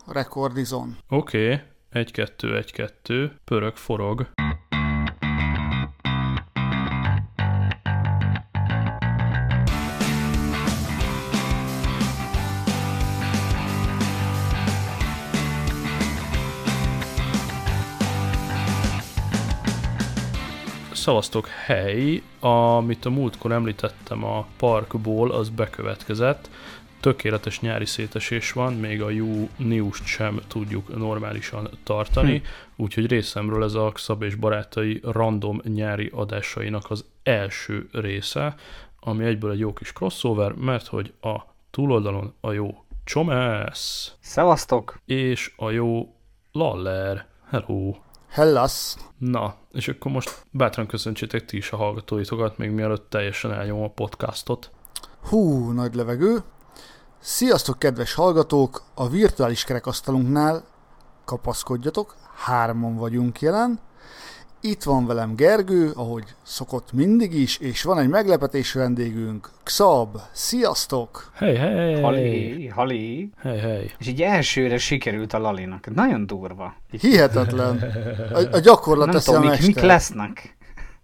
rekordizon. Oké, 1-2-1-2, pörög, forog. Szavaztok, hely, amit a múltkor említettem a parkból, az bekövetkezett. Tökéletes nyári szétesés van, még a júniust sem tudjuk normálisan tartani, úgyhogy részemről ez a Xab és barátai random nyári adásainak az első része, ami egyből egy jó kis crossover, mert hogy a túloldalon a jó Csomász. Szevasztok! És a jó Laller. Hello! Hellas! Na, és akkor most bátran köszöntsétek ti is a hallgatóitokat, még mielőtt teljesen elnyomom a podcastot. Hú, nagy levegő! Sziasztok, kedves hallgatók! A virtuális kerekasztalunknál kapaszkodjatok, 3-an vagyunk jelen. Itt van velem Gergő, ahogy szokott mindig is, és van egy meglepetés vendégünk, Xab. Sziasztok! Hey, hey! Halli! Hey! És így elsőre sikerült a Lalinak. Nagyon durva. Hihetetlen. A gyakorlat Nem teszi a tudom, mester. mik lesznek.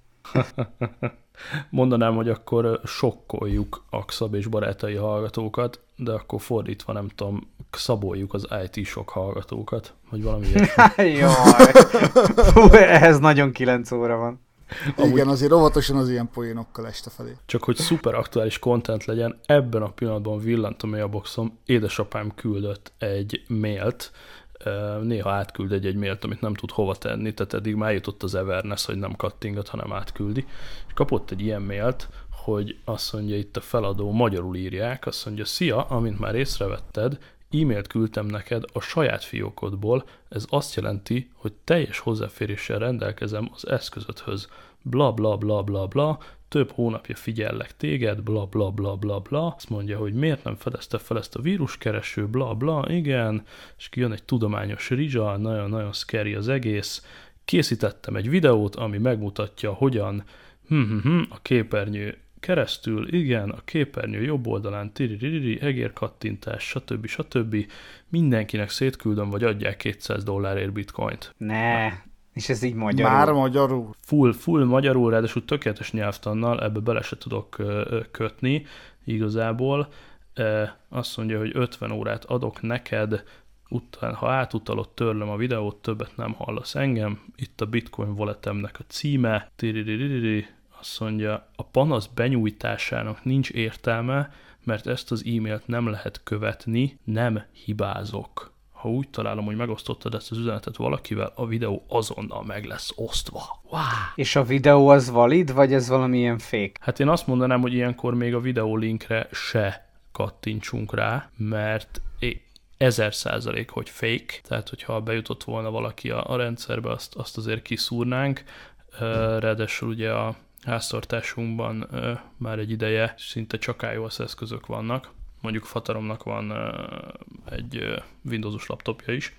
Mondanám, hogy akkor sokkoljuk a Xab és barátai hallgatókat, de akkor fordítva nem tudom, szaboljuk az IT-sok hallgatókat, vagy valami ilyesmi. Jaj! Fú, ehhez nagyon 9 óra van. Igen, azért óvatosan az ilyen poénokkal este felé. Csak hogy szuper aktuális content legyen, ebben a pillanatban villant a mailboxom, édesapám küldött egy mailt, néha átküld egy mailt, amit nem tud hova tenni, tehát eddig már jutott az Everness, hogy nem kattingat, hanem átküldi. És kapott egy ilyen mailt, hogy azt mondja, itt a feladó, magyarul írják, azt mondja, szia, amint már észrevetted, e-mailt küldtem neked a saját fiókodból, ez azt jelenti, hogy teljes hozzáféréssel rendelkezem az eszközödhöz. Bla bla bla bla bla, több hónapja figyellek téged, bla bla bla bla bla. Azt mondja, hogy miért nem fedezte fel ezt a víruskereső, bla bla, igen, és kijön egy tudományos rizsa, nagyon-nagyon scary az egész. Készítettem egy videót, ami megmutatja, hogyan a képernyő keresztül, igen, a képernyő jobb oldalán, egérkattintás, stb. Mindenkinek szétküldöm, vagy adják $200 bitcoint. Ne, és ez így magyarul. Már magyarul. Full magyarul, ráadásul tökéletes nyelvtannal, ebbe bele se tudok kötni igazából. Azt mondja, hogy 50 órát adok neked, után, ha átutalod, törlöm a videót, többet nem hallasz engem. Itt a Bitcoin walletemnek a címe. Azt mondja, a panasz benyújtásának nincs értelme, mert ezt az e-mailt nem lehet követni, nem hibázok. Ha úgy találom, hogy megosztottad ezt az üzenetet valakivel, a videó azonnal meg lesz osztva. Wow. És a videó az valid, vagy ez valamilyen fake? Hát én azt mondanám, hogy ilyenkor még a videó linkre se kattintsunk rá, mert 1000%, hogy fake, tehát hogyha bejutott volna valaki a rendszerbe, azt azért kiszúrnánk. Ráadásul ugye a háztartásunkban már egy ideje szinte csak iOS eszközök vannak. Mondjuk Fataromnak van egy Windowsos laptopja is,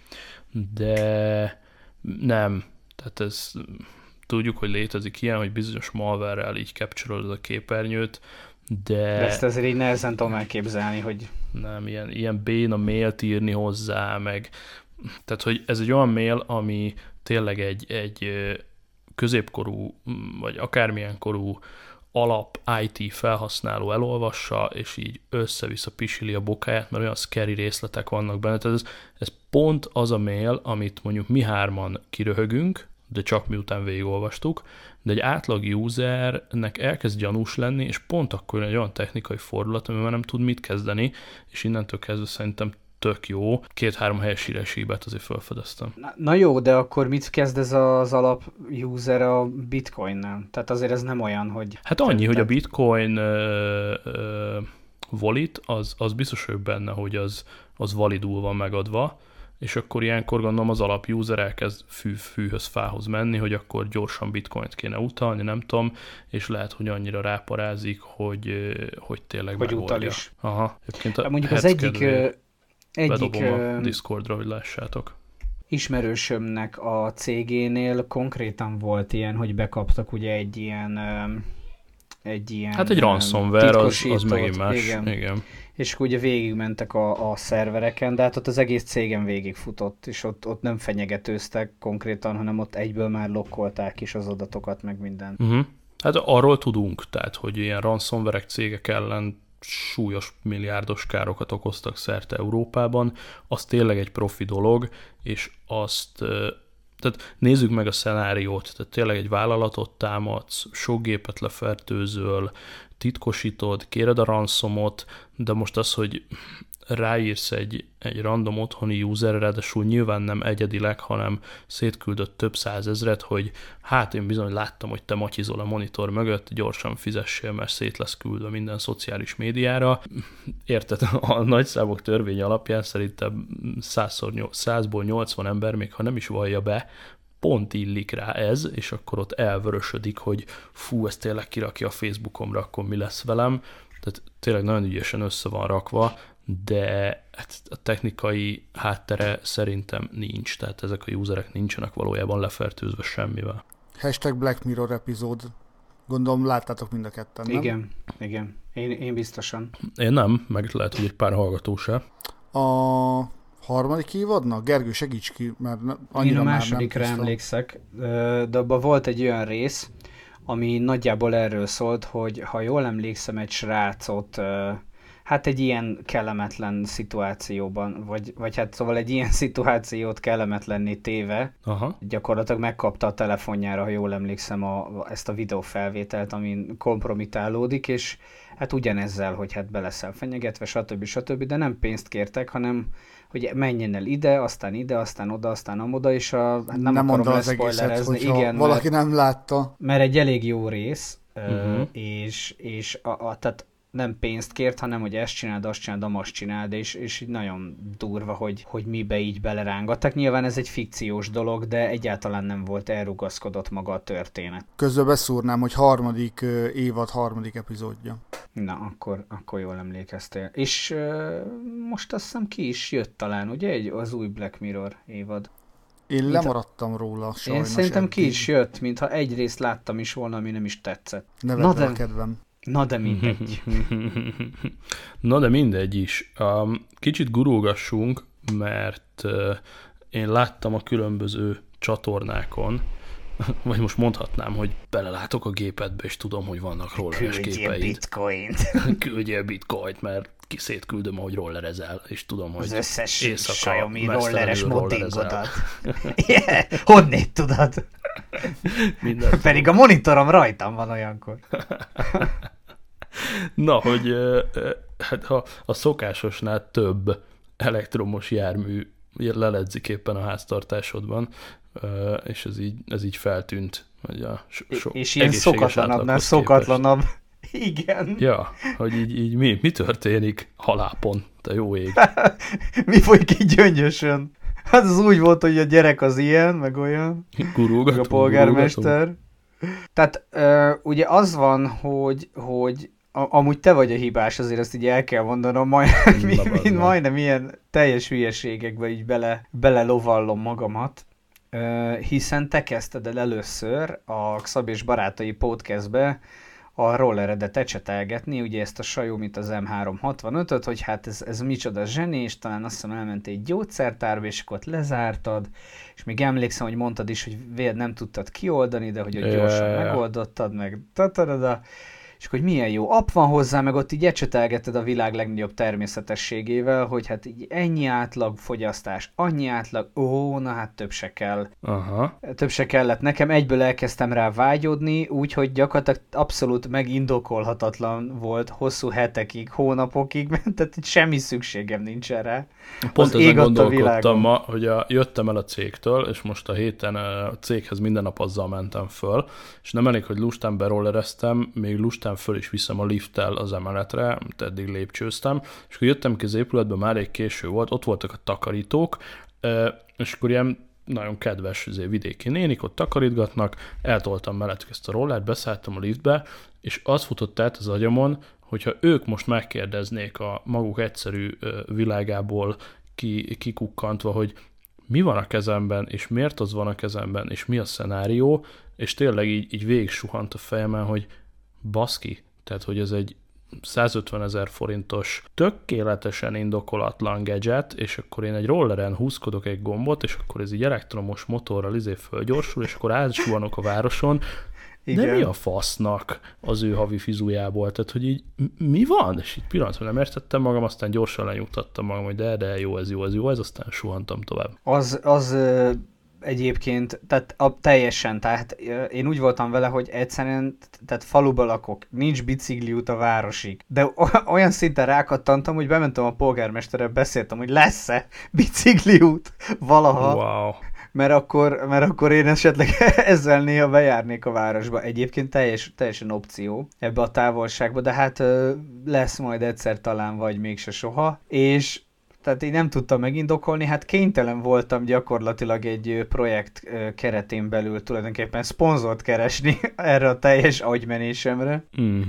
de nem. Tehát ez tudjuk, hogy létezik ilyen, hogy bizonyos malware-rel így capture-olod a képernyőt, de ezt azért így nehezen tudom elképzelni, hogy... Nem, ilyen béna mailt írni hozzá, meg... Tehát, hogy ez egy olyan mail, ami tényleg egy középkorú, vagy akármilyen korú alap IT felhasználó elolvassa, és így össze-vissza pisili a bokáját, mert olyan scary részletek vannak benne. Tehát ez pont az a mail, amit mondjuk mi 3-an kiröhögünk, de csak miután végigolvastuk, de egy átlag usernek elkezd gyanús lenni, és pont akkor jön egy olyan technikai fordulat, amivel nem tud mit kezdeni, és innentől kezdve szerintem tök jó. 2-3 helyesírás hibát azért felfedeztem. Na jó, de akkor mit kezd ez az alap user a Bitcoinnel? Tehát azért ez nem olyan, hogy... Hát annyi, hogy a Bitcoin wallet, az biztos, hogy benne, hogy az validul van megadva, és akkor ilyenkor gondolom az alap user elkezd fűhöz, fához menni, hogy akkor gyorsan bitcoint kéne utalni, nem tudom, és lehet, hogy annyira ráparázik, hogy tényleg hogy megoldja. utal is. Aha. Mondjuk az egyik bedobom a Discordra, hogy lássátok. Ismerősömnek a cégénél konkrétan volt ilyen, hogy bekaptak ugye egy ilyen egy ilyen Hát egy ransomware, az titkosítót, megint más. Igen. És akkor ugye végigmentek a szervereken, de hát ott az egész cégen végigfutott, és ott nem fenyegetőztek konkrétan, hanem ott egyből már lokkolták is az adatokat, meg minden. Hát arról tudunk, tehát, hogy ilyen ransomware cégek ellen súlyos milliárdos károkat okoztak szerte Európában, az tényleg egy profi dolog, és tehát nézzük meg a szenáriót, tehát tényleg egy vállalatot támadsz, sok gépet lefertőzöl, titkosítod, kéred a ransomot, de most az, hogy ráírsz egy random otthoni userre, ráadásul nyilván nem egyedileg, hanem szétküldött több százezret, hogy hát én bizony láttam, hogy te matyizol a monitor mögött, gyorsan fizessél, mert szét lesz küldve minden szociális médiára. Érted? A nagyszámok törvény alapján szerintem 100-ból 80 ember, még ha nem is vallja be, pont illik rá ez, és akkor ott elvörösödik, hogy fú, ez tényleg kirakja a Facebookomra, akkor mi lesz velem. Tehát tényleg nagyon ügyesen össze van rakva, de a technikai háttere szerintem nincs, tehát ezek a userek nincsenek valójában lefertőzve semmivel. #Black Mirror epizód. Gondolom láttátok mind a ketten, nem? Igen. Én biztosan. Én nem, meg lehet, hogy egy pár hallgató se. A harmadik évadnak? Gergő, segíts ki, mert annyira én a már másodikra nem emlékszek, de abban volt egy olyan rész, ami nagyjából erről szólt, hogy ha jól emlékszem, egy srácot hát egy ilyen kellemetlen szituációban, vagy hát szóval egy ilyen szituációt kellemetlenné téve, gyakorlatilag megkapta a telefonjára, ha jól emlékszem, ezt a videófelvételt, amin kompromitálódik, és hát ugyanezzel, hogy hát be leszel fenyegetve, stb., de nem pénzt kértek, hanem hogy menjen el ide, aztán oda, aztán amoda, és nem akarom leszpoilerezni. Igen, valaki nem látta. Mert egy elég jó rész, és tehát nem pénzt kért, hanem hogy ezt csináld, azt csináld, és így nagyon durva, hogy mibe így belerángattak. Nyilván ez egy fikciós dolog, de egyáltalán nem volt elrugaszkodott maga a történet. Közben beszúrnám, hogy harmadik évad, harmadik epizódja. Na, akkor jól emlékeztél. És most azt hiszem ki is jött talán, ugye, az új Black Mirror évad. Én lemaradtam róla, sajnos. Én szerintem ki is jött, mintha egy részt láttam is volna, ami nem is tetszett. Nevetve a kedvem. Na de mindegy. Na de mindegy is. Kicsit gurulgassunk, mert én láttam a különböző csatornákon, vagy most mondhatnám, hogy belelátok a gépedbe, és tudom, hogy vannak rolleres képeid. Küldjél bitcoint, mert szétküldöm, ahogy rollerezel, és tudom, hogy az összes Xiaomi rolleres moddingodat. Honnét tudod? Pedig a monitorom rajtam van olyankor. Na, hogy hát ha a szokásosnál több elektromos jármű leledzik éppen a háztartásodban, és ez így feltűnt. Hogy és ilyen szokatlanabbnál szokatlanabb. Igen. Ja, hogy így mi történik halápon, te jó ég. Mi folyik így gyöngyösön? Hát az úgy volt, hogy a gyerek az ilyen, meg olyan. Meg a polgármester. Tehát ugye az van, hogy amúgy te vagy a hibás, azért ezt így el kell mondanom, majdnem ilyen teljes hülyeségekbe így bele lovallom magamat, hiszen te kezdted el először a Xab és Barátai podcastbe a rolleredet ecsetelgetni, ugye ezt a Xiaomi-t, az M365-öt, hogy hát ez micsoda zseni, és talán azt hiszem elmentél egy gyógyszertárba, és akkor ott lezártad, és még emlékszem, hogy mondtad is, hogy nem tudtad kioldani, de hogy gyorsan megoldottad, meg és hogy milyen jó app van hozzá, meg ott így ecsetelgetted a világ legnagyobb természetességével, hogy hát így ennyi átlag fogyasztás, annyi átlag, na hát több se kell. Több se kellett. Nekem egyből elkezdtem rá vágyódni, úgyhogy gyakorlatilag abszolút megindokolhatatlan volt hosszú hetekig, hónapokig, tehát itt semmi szükségem nincsen rá. Pont ezen gondolkodtam ma, hogy jöttem el a cégtől, és most a héten a céghez minden nap azzal mentem föl, és nem elég, hogy lustán berollereztem, még lustán föl is viszem a lifttel az emeletre, amit eddig lépcsőztem, és akkor jöttem ki az épületbe, már elég késő volt, ott voltak a takarítók, és akkor ilyen nagyon kedves vidéki nénik ott takarítgatnak, eltoltam mellettük ezt a rollert, beszálltam a liftbe, és az futott át az agyamon, hogyha ők most megkérdeznék a maguk egyszerű világából kikukkantva, hogy mi van a kezemben, és miért az van a kezemben, és mi a szenárió, és tényleg így végig suhant a fejemen, hogy baszki, tehát hogy ez egy 150 000 forintos, tökéletesen indokolatlan gadget, és akkor én egy rolleren húzkodok egy gombot, és akkor ez így elektromos motorral fölgyorsul, és akkor átsuhanok a városon. Igen. De mi a fasznak az ő havi fizujából? Tehát, hogy így mi van? És így pillanatban nem értettem magam, aztán gyorsan lenyugtattam magam, hogy de jó, ez jó, aztán suhantam tovább. Az egyébként, tehát teljesen, tehát én úgy voltam vele, hogy egyszerűen, tehát faluba lakok, nincs bicikliút a városig, de olyan szinten rákattantam, hogy bementem a polgármesterrel, beszéltem, hogy lesz-e bicikliút valaha. Wow. Mert akkor én esetleg ezzel néha bejárnék a városba. Egyébként teljesen opció ebbe a távolságba, de hát lesz majd egyszer talán, vagy mégse soha. És tehát én nem tudtam megindokolni, hát kénytelen voltam gyakorlatilag egy projekt keretén belül tulajdonképpen szponzort keresni erre a teljes agymenésemre,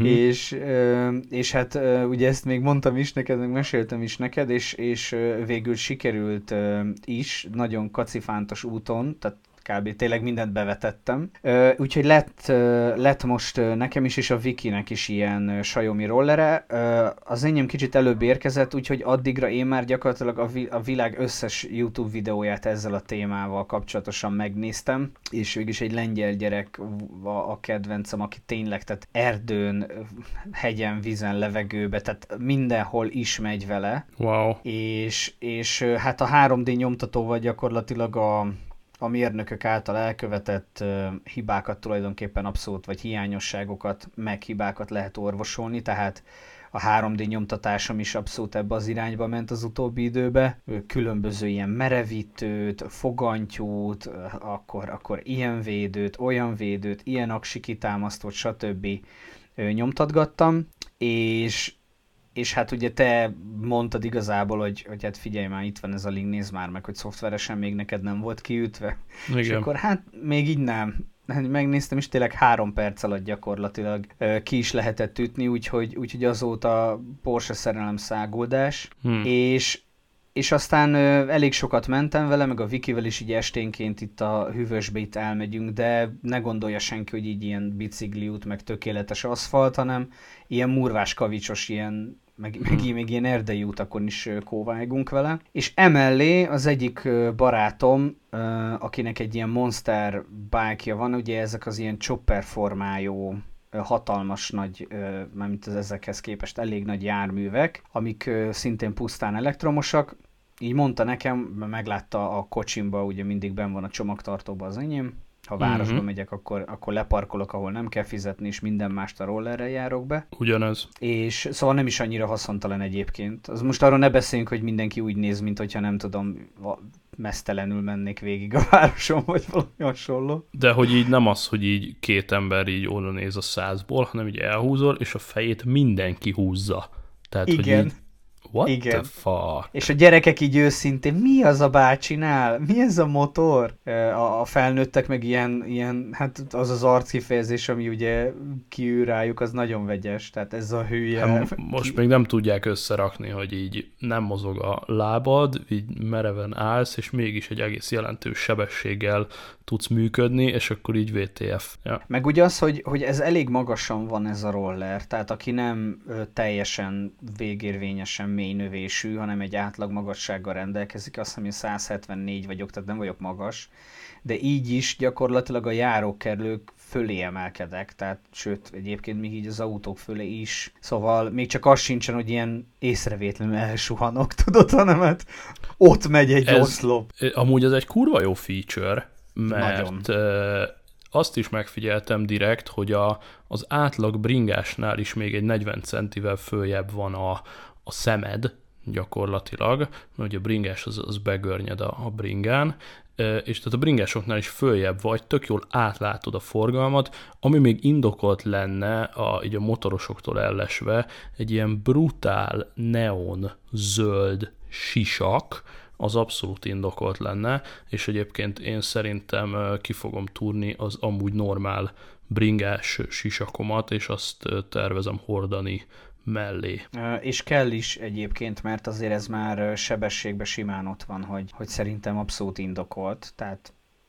és hát ugye ezt még mondtam is neked, meg meséltem is neked, és végül sikerült is, nagyon kacifántos úton, tehát kb. Tényleg mindent bevetettem. Úgyhogy lett most nekem is, és a Vikinek is ilyen Xiaomi rollere. Az enyém kicsit előbb érkezett, úgyhogy addigra én már gyakorlatilag a világ összes YouTube videóját ezzel a témával kapcsolatosan megnéztem, és végülis egy lengyel gyerek a kedvencem, aki tényleg, tehát erdőn, hegyen, vízen, levegőbe, tehát mindenhol is megy vele. Wow. És hát a 3D nyomtatóval gyakorlatilag a mérnökök által elkövetett hibákat tulajdonképpen abszolút, vagy hiányosságokat, meg hibákat lehet orvosolni, tehát a 3D nyomtatásom is abszolút ebbe az irányba ment az utóbbi időbe. Különböző ilyen merevítőt, fogantyút, akkor ilyen védőt, olyan védőt, ilyen aksi kitámasztót, stb. Nyomtatgattam, és hát ugye te mondtad igazából, hogy hát figyelj már, itt van ez a link, nézd már meg, hogy szoftveresen még neked nem volt kiütve. Igen. És akkor hát még így nem. Megnéztem, és tényleg 3 perc alatt gyakorlatilag ki is lehetett ütni, úgyhogy azóta Porsche szerelem száguldás. És aztán elég sokat mentem vele, meg a Vikivel is így esténként itt a hűvösbe itt elmegyünk, de ne gondolja senki, hogy így ilyen bicikliút, meg tökéletes aszfalt, hanem ilyen murvás kavicsos, ilyen, meg ilyen erdei utakon is kóvágunk vele. És emellé az egyik barátom, akinek egy ilyen monster bike-ja van, ugye ezek az ilyen chopper formájú, hatalmas nagy, mármint ezekhez képest elég nagy járművek, amik szintén pusztán elektromosak. Így mondta nekem, meglátta a kocsimba, ugye mindig benn van a csomagtartóban az enyém, ha városba megyek, akkor leparkolok, ahol nem kell fizetni, és minden mást a rollerrel járok be. Ugyanez. És szóval nem is annyira haszontalan egyébként. Az most arról ne beszéljünk, hogy mindenki úgy néz, mint hogyha nem tudom, mesztelenül mennék végig a városon, vagy valami hasonló. De hogy így nem az, hogy így két ember így oda néz a 100-ból, hanem így elhúzol, és a fejét mindenki húzza. Tehát, igen. Hogy így, what the fuck? És a gyerekek így őszintén, mi az a bácsinál? Mi ez a motor? A felnőttek meg ilyen, hát az arckifejezés, ami ugye kiül rájuk, az nagyon vegyes. Tehát ez a hülye. Hát most még nem tudják összerakni, hogy így nem mozog a lábad, így mereven állsz, és mégis egy egész jelentős sebességgel tudsz működni, és akkor így VTF. Ja. Meg ugye az, hogy ez elég magasan van ez a roller, tehát aki nem teljesen végérvényesen mély növésű, hanem egy átlag magassággal rendelkezik, azt hiszem, hogy 174 vagyok, tehát nem vagyok magas, de így is gyakorlatilag a járókerülők fölé emelkedek, tehát sőt, egyébként még így az autók fölé is. Szóval még csak az sincsen, hogy ilyen észrevétlenül elsuhanok, tudod, hanem hát ott megy egy oszlop. Amúgy ez egy kurva jó feature, mert azt is megfigyeltem direkt, hogy az átlag bringásnál is még egy 40 centivel följebb van a szemed gyakorlatilag, mert ugye a bringás az begörnyed a bringán, és tehát a bringásoknál is följebb vagy, tök jól átlátod a forgalmat, ami még indokolt lenne így a motorosoktól ellesve egy ilyen brutál neon zöld sisak, az abszolút indokolt lenne, és egyébként én szerintem ki fogom túrni az amúgy normál bringás sisakomat, és azt tervezem hordani mellé. És kell is egyébként, mert azért ez már sebességben simán ott van, hogy szerintem abszolút indokolt, tehát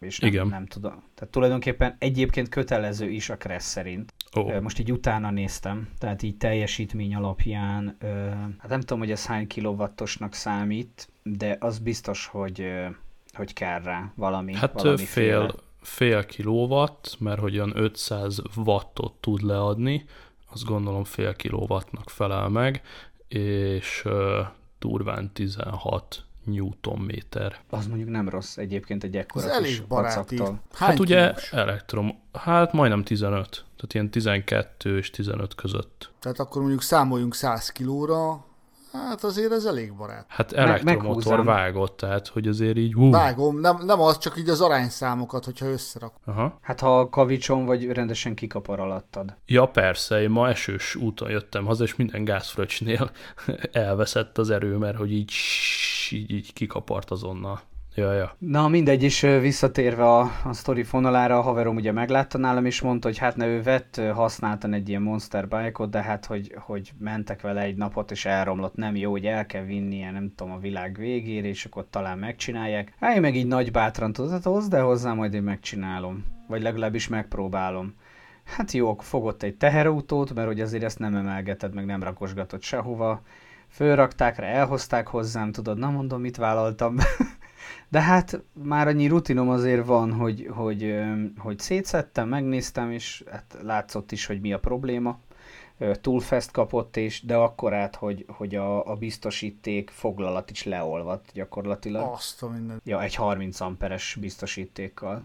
és Igen. nem tudom. Tehát tulajdonképpen egyébként kötelező is a Kressz szerint. Most így utána néztem, tehát így teljesítmény alapján, hát nem tudom, hogy ez hány kilowattosnak számít, de az biztos, hogy kell rá valami. Hát fél kilowatt, mert hogy olyan 500 wattot tud leadni, azt gondolom fél kilowattnak felel meg, és durván 16 Newtonméter. Az mondjuk nem rossz egyébként egy ekkora kis elég baráti. Hát ugye hát majdnem 15, tehát ilyen 12 és 15 között. Tehát akkor mondjuk számoljunk 100 kilóra, hát azért ez elég barát. Hát elektromotor vágott, tehát hogy azért így... Vágom, nem az, csak így az arányszámokat, hogyha összerak. Aha. Hát ha kavicson vagy rendesen kikapar alattad. Ja persze, én ma esős úton jöttem haza, és minden gázfröccsnél elveszett az erő, mert hogy így kikapart azonnal. Ja. Na mindegy, és visszatérve a sztori fonalára, a haverom ugye meglátta nálam, és mondta, hogy hát ő használtan egy ilyen Monster Bike-ot, de hát, hogy mentek vele egy napot, és elromlott, nem jó, hogy el kell vinnie, nem tudom, a világ végére, és akkor talán megcsinálják. Hát én meg így nagy bátran tudod, hozd el hozzá, majd én megcsinálom. Vagy legalábbis megpróbálom. Hát jó, akkor fogott egy teherautót, mert hogy azért ezt nem emelgeted, meg nem rakosgatod sehova. Fölrakták rá, elhozták hozzám, tudod, na mondom, mit vállaltam. De hát már annyi rutinom azért van, hogy szétszedtem, megnéztem, és hát látszott is, hogy mi a probléma. Túlfest kapott, de akkorát, hogy a biztosíték foglalat is leolvadt gyakorlatilag. Azt a minden. Ja, egy 30 amperes biztosítékkal.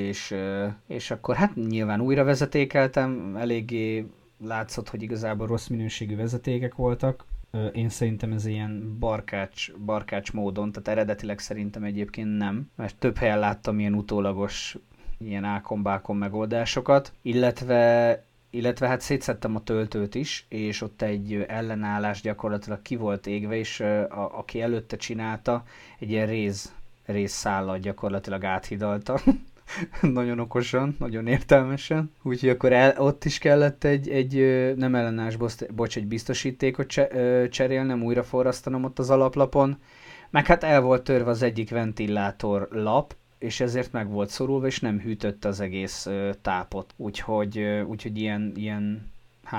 És akkor hát nyilván újra vezetékeltem, eléggé látszott, hogy igazából rossz minőségű vezetékek voltak. Én szerintem ez ilyen barkács módon, tehát eredetileg szerintem egyébként nem, mert több helyen láttam ilyen utólagos, ilyen ákombákon megoldásokat, illetve hát szétszedtem a töltőt is, és ott egy ellenállás gyakorlatilag ki volt égve, és aki előtte csinálta, egy ilyen rézszállal gyakorlatilag áthidalta. Nagyon okosan, nagyon értelmesen. Úgyhogy akkor ott is kellett egy nem ellenállás, egy biztosítékot cserélnem, újra forrasztanom ott az alaplapon. Meg hát el volt törve az egyik ventilátor lap, és ezért meg volt szorulva, és nem hűtötte az egész tápot. Úgyhogy ilyen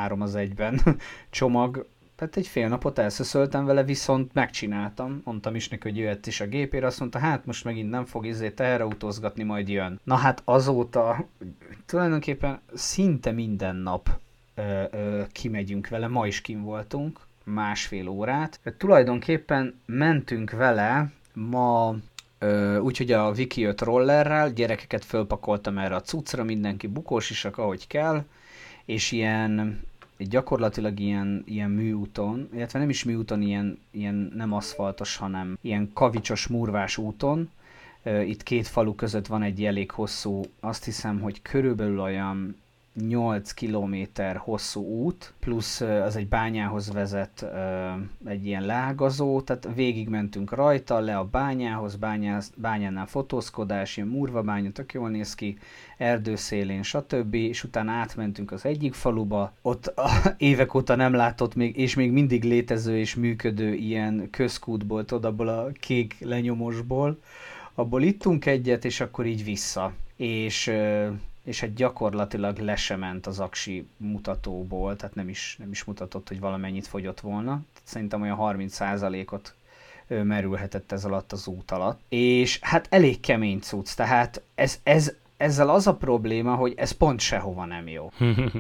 3-1 csomag. Tehát egy fél napot elszöszöltem vele, viszont megcsináltam. Mondtam is neki, hogy jöhet is a gépére, azt mondta, hát most megint nem fog teherautózgatni, majd jön. Na hát azóta tulajdonképpen szinte minden nap kimegyünk vele, ma is kim voltunk, 1,5 órát. Tulajdonképpen mentünk vele ma, úgyhogy a Viki jött rollerrel, gyerekeket fölpakoltam erre a cuccra, mindenki bukós isak, ahogy kell, és gyakorlatilag ilyen műúton, illetve nem is műúton, ilyen nem aszfaltos, hanem ilyen kavicsos, murvás úton. Itt két falu között van egy elég hosszú, azt hiszem, hogy körülbelül olyan 8 kilométer hosszú út, plusz az egy bányához vezet egy ilyen leágazó, tehát végig mentünk rajta, le a bányához, bányánál fotózkodás, ilyen murva bánya, tök jól néz ki, erdőszélén, stb. És utána átmentünk az egyik faluba, ott évek óta nem látott még, és még mindig létező és működő ilyen közkútból, abból a kék lenyomosból, abból ittunk egyet, és akkor így vissza. És hát gyakorlatilag le sem ment az aksi mutatóból, tehát nem is mutatott, hogy valamennyit fogyott volna. Szerintem olyan 30%-ot merülhetett ez alatt az út alatt. És hát elég kemény cucc, tehát ezzel az a probléma, hogy ez pont sehova nem jó.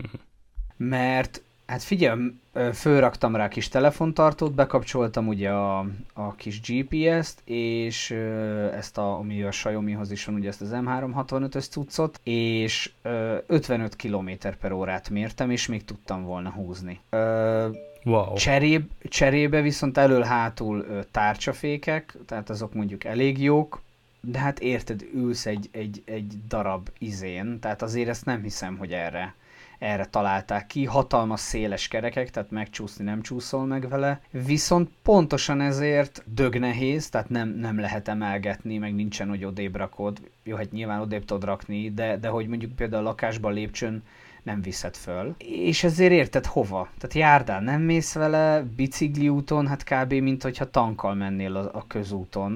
Mert hát figyelj, fölraktam rá kis telefontartót, bekapcsoltam ugye a kis GPS-t, és ami a Xiaomihoz is van, ugye ezt az M365-ös cuccot, és 55 km/h mértem, és még tudtam volna húzni. Wow. Cserébe viszont elől-hátul tárcsafékek, tehát azok mondjuk elég jók, de hát érted, ülsz egy darab izén, tehát azért ezt nem hiszem, hogy erre találták ki, hatalmas széles kerekek, tehát megcsúszni nem csúszol meg vele, viszont pontosan ezért dög nehéz, tehát nem lehet emelgetni, meg nincsen, hogy odébb rakod. Jó, hát nyilván odébb tudod rakni, de hogy mondjuk például a lakásban lépcsőn nem viszed föl. És ezért érted hova? Tehát járdán nem mész vele, bicikliúton, hát kb. Mint hogyha tankkal mennél a közúton.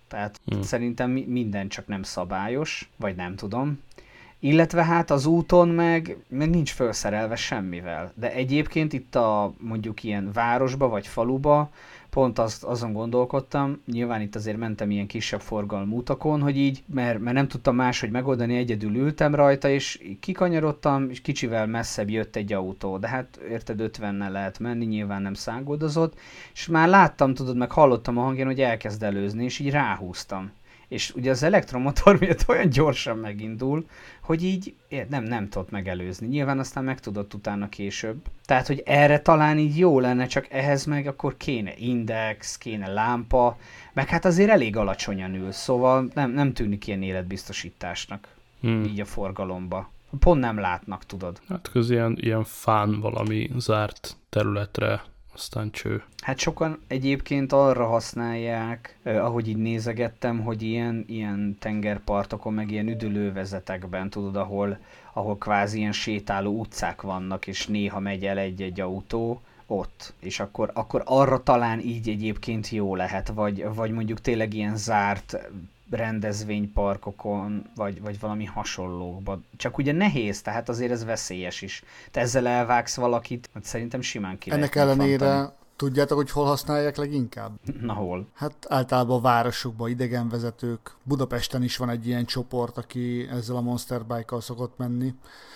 Tehát szerintem minden csak nem szabályos, vagy nem tudom. Illetve hát az úton meg nincs felszerelve semmivel. De egyébként itt a mondjuk ilyen városba vagy faluba pont azon gondolkodtam, nyilván itt azért mentem ilyen kisebb forgalmú utakon, hogy így, mert nem tudtam máshogy megoldani, egyedül ültem rajta, és kikanyarodtam, és kicsivel messzebb jött egy autó, de hát érted, 50-nel lehet menni, nyilván nem szágoldozott, és már láttam, tudod, meg hallottam a hangján, hogy elkezd előzni, és így ráhúztam. És ugye az elektromotor miatt olyan gyorsan megindul, hogy így nem tudott megelőzni. Nyilván aztán megtudott utána később. Tehát, hogy erre talán így jó lenne, csak ehhez meg akkor kéne index, kéne lámpa, meg hát azért elég alacsonyan ül, szóval nem tűnik ilyen életbiztosításnak így a forgalomba. Pont nem látnak, tudod. Hát ilyen fán valami zárt területre, aztán cső. Hát sokan egyébként arra használják, ahogy így nézegettem, hogy ilyen tengerpartokon, meg ilyen üdülővezetekben, tudod, ahol kvázi ilyen sétáló utcák vannak, és néha megy el egy autó, ott. És akkor arra talán így egyébként jó lehet, vagy mondjuk tényleg ilyen zárt rendezvényparkokon, vagy valami hasonlókban. Csak ugye nehéz, tehát azért ez veszélyes is. Te ezzel elvágsz valakit, hát szerintem simán ki ennek ellenére tudjátok, hogy hol használják leginkább? Na hol? Hát általában a városokban idegenvezetők. Budapesten is van egy ilyen csoport, aki ezzel a Monster Bike-kal szokott menni,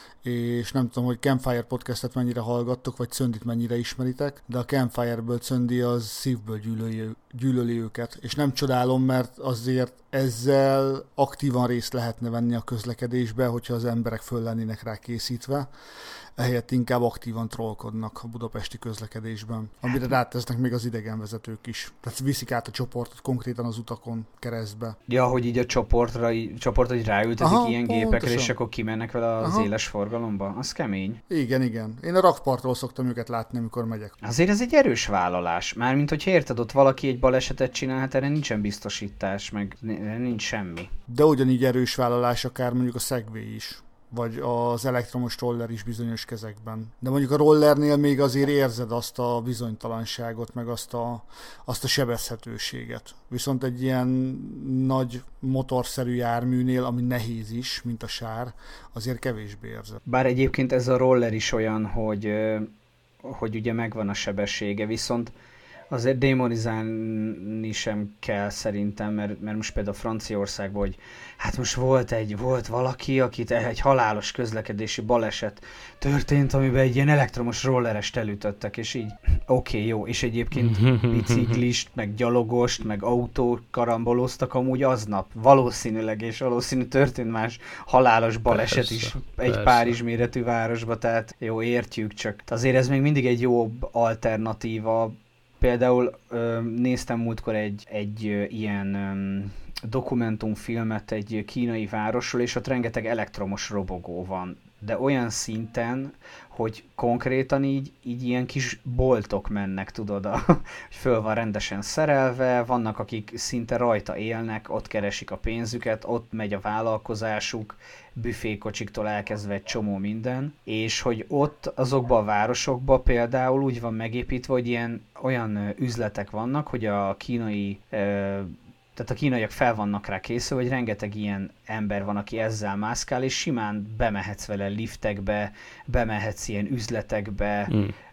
és nem tudom, hogy Campfire podcastet mennyire hallgattok, vagy Cöndit mennyire ismeritek, de a Campfire-ből Cöndi az szívből gyűlöli őket, és nem csodálom, mert azért ezzel aktívan részt lehetne venni a közlekedésbe, hogyha az emberek föl lennének rá készítve, ehelyett inkább aktívan trollkodnak a budapesti közlekedésben, amire rátesznek még az idegenvezetők is. Tehát viszik át a csoportot konkrétan az utakon keresztbe. Ja, hogy így a csoport, hogy ráültetik ilyen gépekre, és akkor kimennek vele az éles forgalomba. Az kemény. Igen. Én a rakpartról szoktam őket látni, amikor megyek. Azért ez egy erős vállalás. Mármint, hogyha érted, ott valaki egy balesetet csinál, hát erre nincsen biztosítás, meg nincs semmi. De ugyanígy erős vállalás akár mondjuk a Segway is, vagy az elektromos roller is bizonyos kezekben. De mondjuk a rollernél még azért érzed azt a bizonytalanságot, meg azt a sebezhetőséget. Viszont egy ilyen nagy motorszerű járműnél, ami nehéz is, mint a sár, azért kevésbé érzed. Bár egyébként ez a roller is olyan, hogy ugye megvan a sebessége, viszont azért démonizálni sem kell szerintem, mert most például Franciaországban, hogy hát most volt valaki, akit egy halálos közlekedési baleset történt, amiben egy ilyen elektromos rollerest elütöttek, és így oké, jó, és egyébként biciklist, meg gyalogost, meg autókaramboloztak amúgy aznap, valószínűleg, és valószínű történt más halálos baleset is egy Párizs méretű városba, tehát jó, értjük, csak azért ez még mindig egy jobb alternatíva. Például néztem múltkor egy ilyen dokumentumfilmet egy kínai városról, és ott rengeteg elektromos robogó van. De olyan szinten, hogy konkrétan így ilyen kis boltok mennek, tudod, hogy föl van rendesen szerelve, vannak, akik szinte rajta élnek, ott keresik a pénzüket, ott megy a vállalkozásuk, büfékocsiktól elkezdve egy csomó minden, és hogy ott azokban a városokban például úgy van megépítve, hogy olyan üzletek vannak, hogy a kínai tehát a kínaiak fel vannak rá készülve, hogy rengeteg ilyen ember van, aki ezzel mászkál, és simán bemehetsz vele liftekbe, bemehetsz ilyen üzletekbe,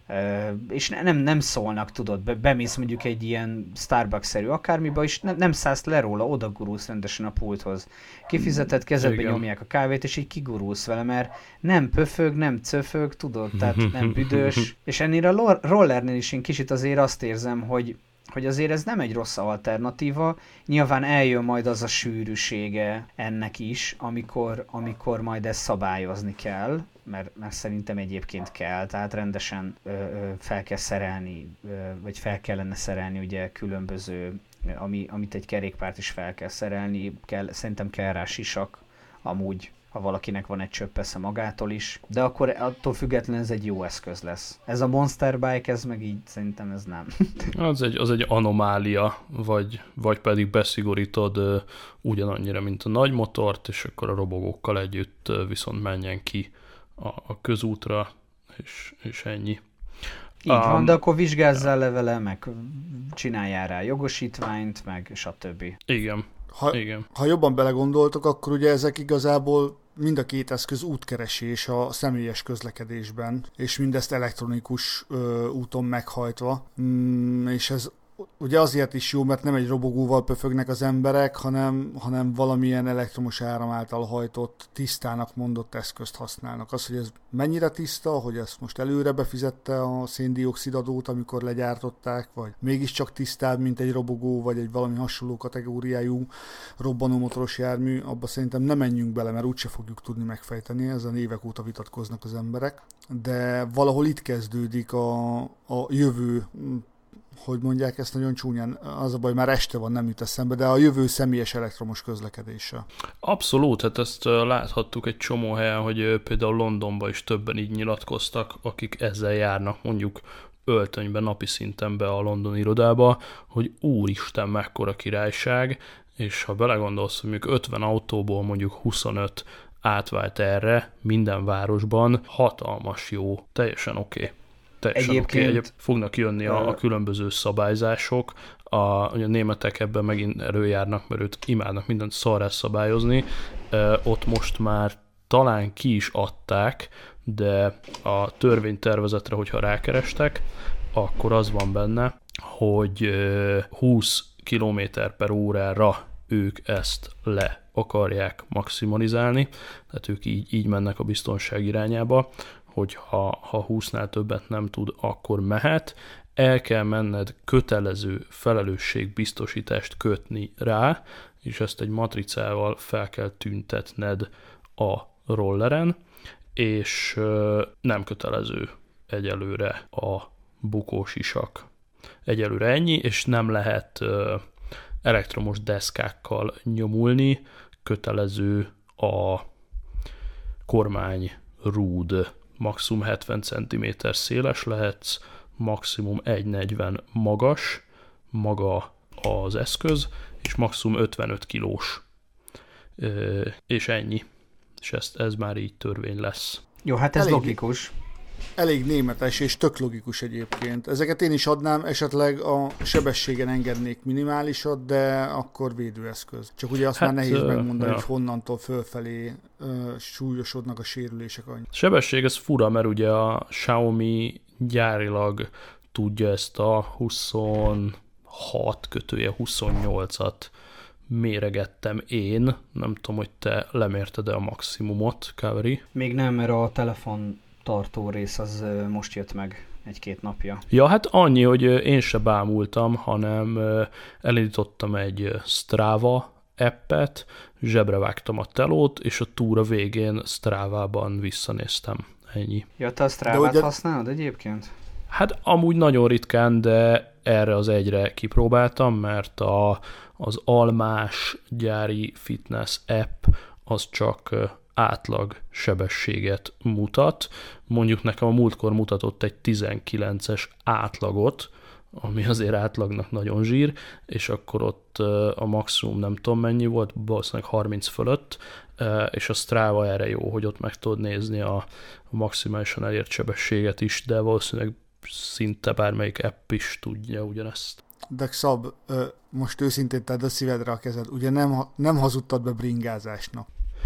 és nem szólnak, tudod, bemész mondjuk egy ilyen Starbucks-szerű akármiba, és nem szállsz le róla, oda gurulsz rendesen a pulthoz. Kifizetett, kezedbe nyomják a kávét, és így kigurulsz vele, mert nem pöfög, nem cöfög, tudod, tehát nem büdös. És ennél a rollernél is én kicsit azért azt érzem, hogy azért ez nem egy rossz alternatíva, nyilván eljön majd az a sűrűsége ennek is, amikor majd ezt szabályozni kell, mert szerintem egyébként kell, tehát rendesen fel kell szerelni, vagy fel kellene szerelni ugye különböző, amit egy kerékpárt is fel kell szerelni, szerintem kell rá sisak, amúgy, ha valakinek van egy csöppesze magától is, de akkor attól függetlenül ez egy jó eszköz lesz. Ez a Monster Bike, ez meg így szerintem ez nem. Az egy anomália, vagy pedig beszigorítod ugyanannyira, mint a nagy motort, és akkor a robogókkal együtt viszont menjen ki a közútra, és ennyi. Így van, de akkor vizsgázzál le vele, meg csináljál rá jogosítványt, meg stb. Igen. Ha jobban belegondoltok, akkor ugye ezek igazából mind a két eszköz útkeresés a személyes közlekedésben, és mindezt elektronikus úton meghajtva. És ez ugye azért is jó, mert nem egy robogóval pöfögnek az emberek, hanem valamilyen elektromos áram által hajtott, tisztának mondott eszközt használnak. Az, hogy ez mennyire tiszta, hogy ezt most előre befizette a szén-dioxid adót, amikor legyártották, vagy mégiscsak tisztább, mint egy robogó, vagy egy valami hasonló kategóriájú robbanómotoros jármű, abba szerintem nem menjünk bele, mert úgyse fogjuk tudni megfejteni, ezen évek óta vitatkoznak az emberek. De valahol itt kezdődik a jövő, hogy mondják ezt nagyon csúnyán, az a baj, már este van, nem jut eszembe, de a jövő személyes elektromos közlekedése. Abszolút, hát ezt láthattuk egy csomó helyen, hogy például Londonban is többen így nyilatkoztak, akik ezzel járnak mondjuk öltönyben, napi szinten be a London irodába, hogy úristen, mekkora királyság, és ha belegondolsz, hogy mondjuk 50 autóból mondjuk 25 átvált erre minden városban, hatalmas jó, teljesen oké. Egyébként fognak jönni a különböző szabályzások, a németek ebben megint előjárnak, mert ők imádnak mindent szarrá szabályozni. Ott most már talán ki is adták, de a törvénytervezetre, hogyha rákerestek, akkor az van benne, hogy 20 km/órára ők ezt le akarják maximalizálni, tehát ők így mennek a biztonság irányába, hogy ha 20-nál többet nem tud, akkor mehet, el kell menned kötelező felelősségbiztosítást kötni rá, és ezt egy matricával fel kell tüntetned a rolleren, és nem kötelező egyelőre a bukós isak. Egyelőre ennyi, és nem lehet elektromos deszkákkal nyomulni, kötelező a kormány rúd. Maximum 70 cm széles lehetsz, maximum 1,40 magas, maga az eszköz, és maximum 55 kilós. És ennyi. És ez már így törvény lesz. Jó, hát ez logikus. Elég németes, és tök logikus egyébként. Ezeket én is adnám, esetleg a sebességen engednék minimálisat, de akkor védőeszköz. Csak ugye azt már nehéz megmondani, hogy honnantól fölfelé súlyosodnak a sérülések. Sebesség, ez fura, mert ugye a Xiaomi gyárilag tudja ezt a 26/28-at méregettem én. Nem tudom, hogy te lemérted-e a maximumot, Kaveri? Még nem, mert a telefon tartó rész az most jött meg 1-2 napja. Ja, hát annyi, hogy én se bámultam, hanem elindítottam egy Strava appet, zsebre vágtam a telót, és a túra végén Stravában visszanéztem. Ennyi. Ja, te a Stravát használod egyébként? Hát amúgy nagyon ritkán, de erre az egyre kipróbáltam, mert az almás gyári fitness app az csak átlag sebességet mutat. Mondjuk nekem a múltkor mutatott egy 19-es átlagot, ami azért átlagnak nagyon zsír, és akkor ott a maximum nem tudom mennyi volt, valószínűleg 30 fölött, és a Strava erre jó, hogy ott meg tudod nézni a maximálisan elért sebességet is, de valószínűleg szinte bármelyik app is tudja ugyanezt. De Szab, most őszintén tedd a szívedre a kezed, ugye nem hazudtad be bringázásnak?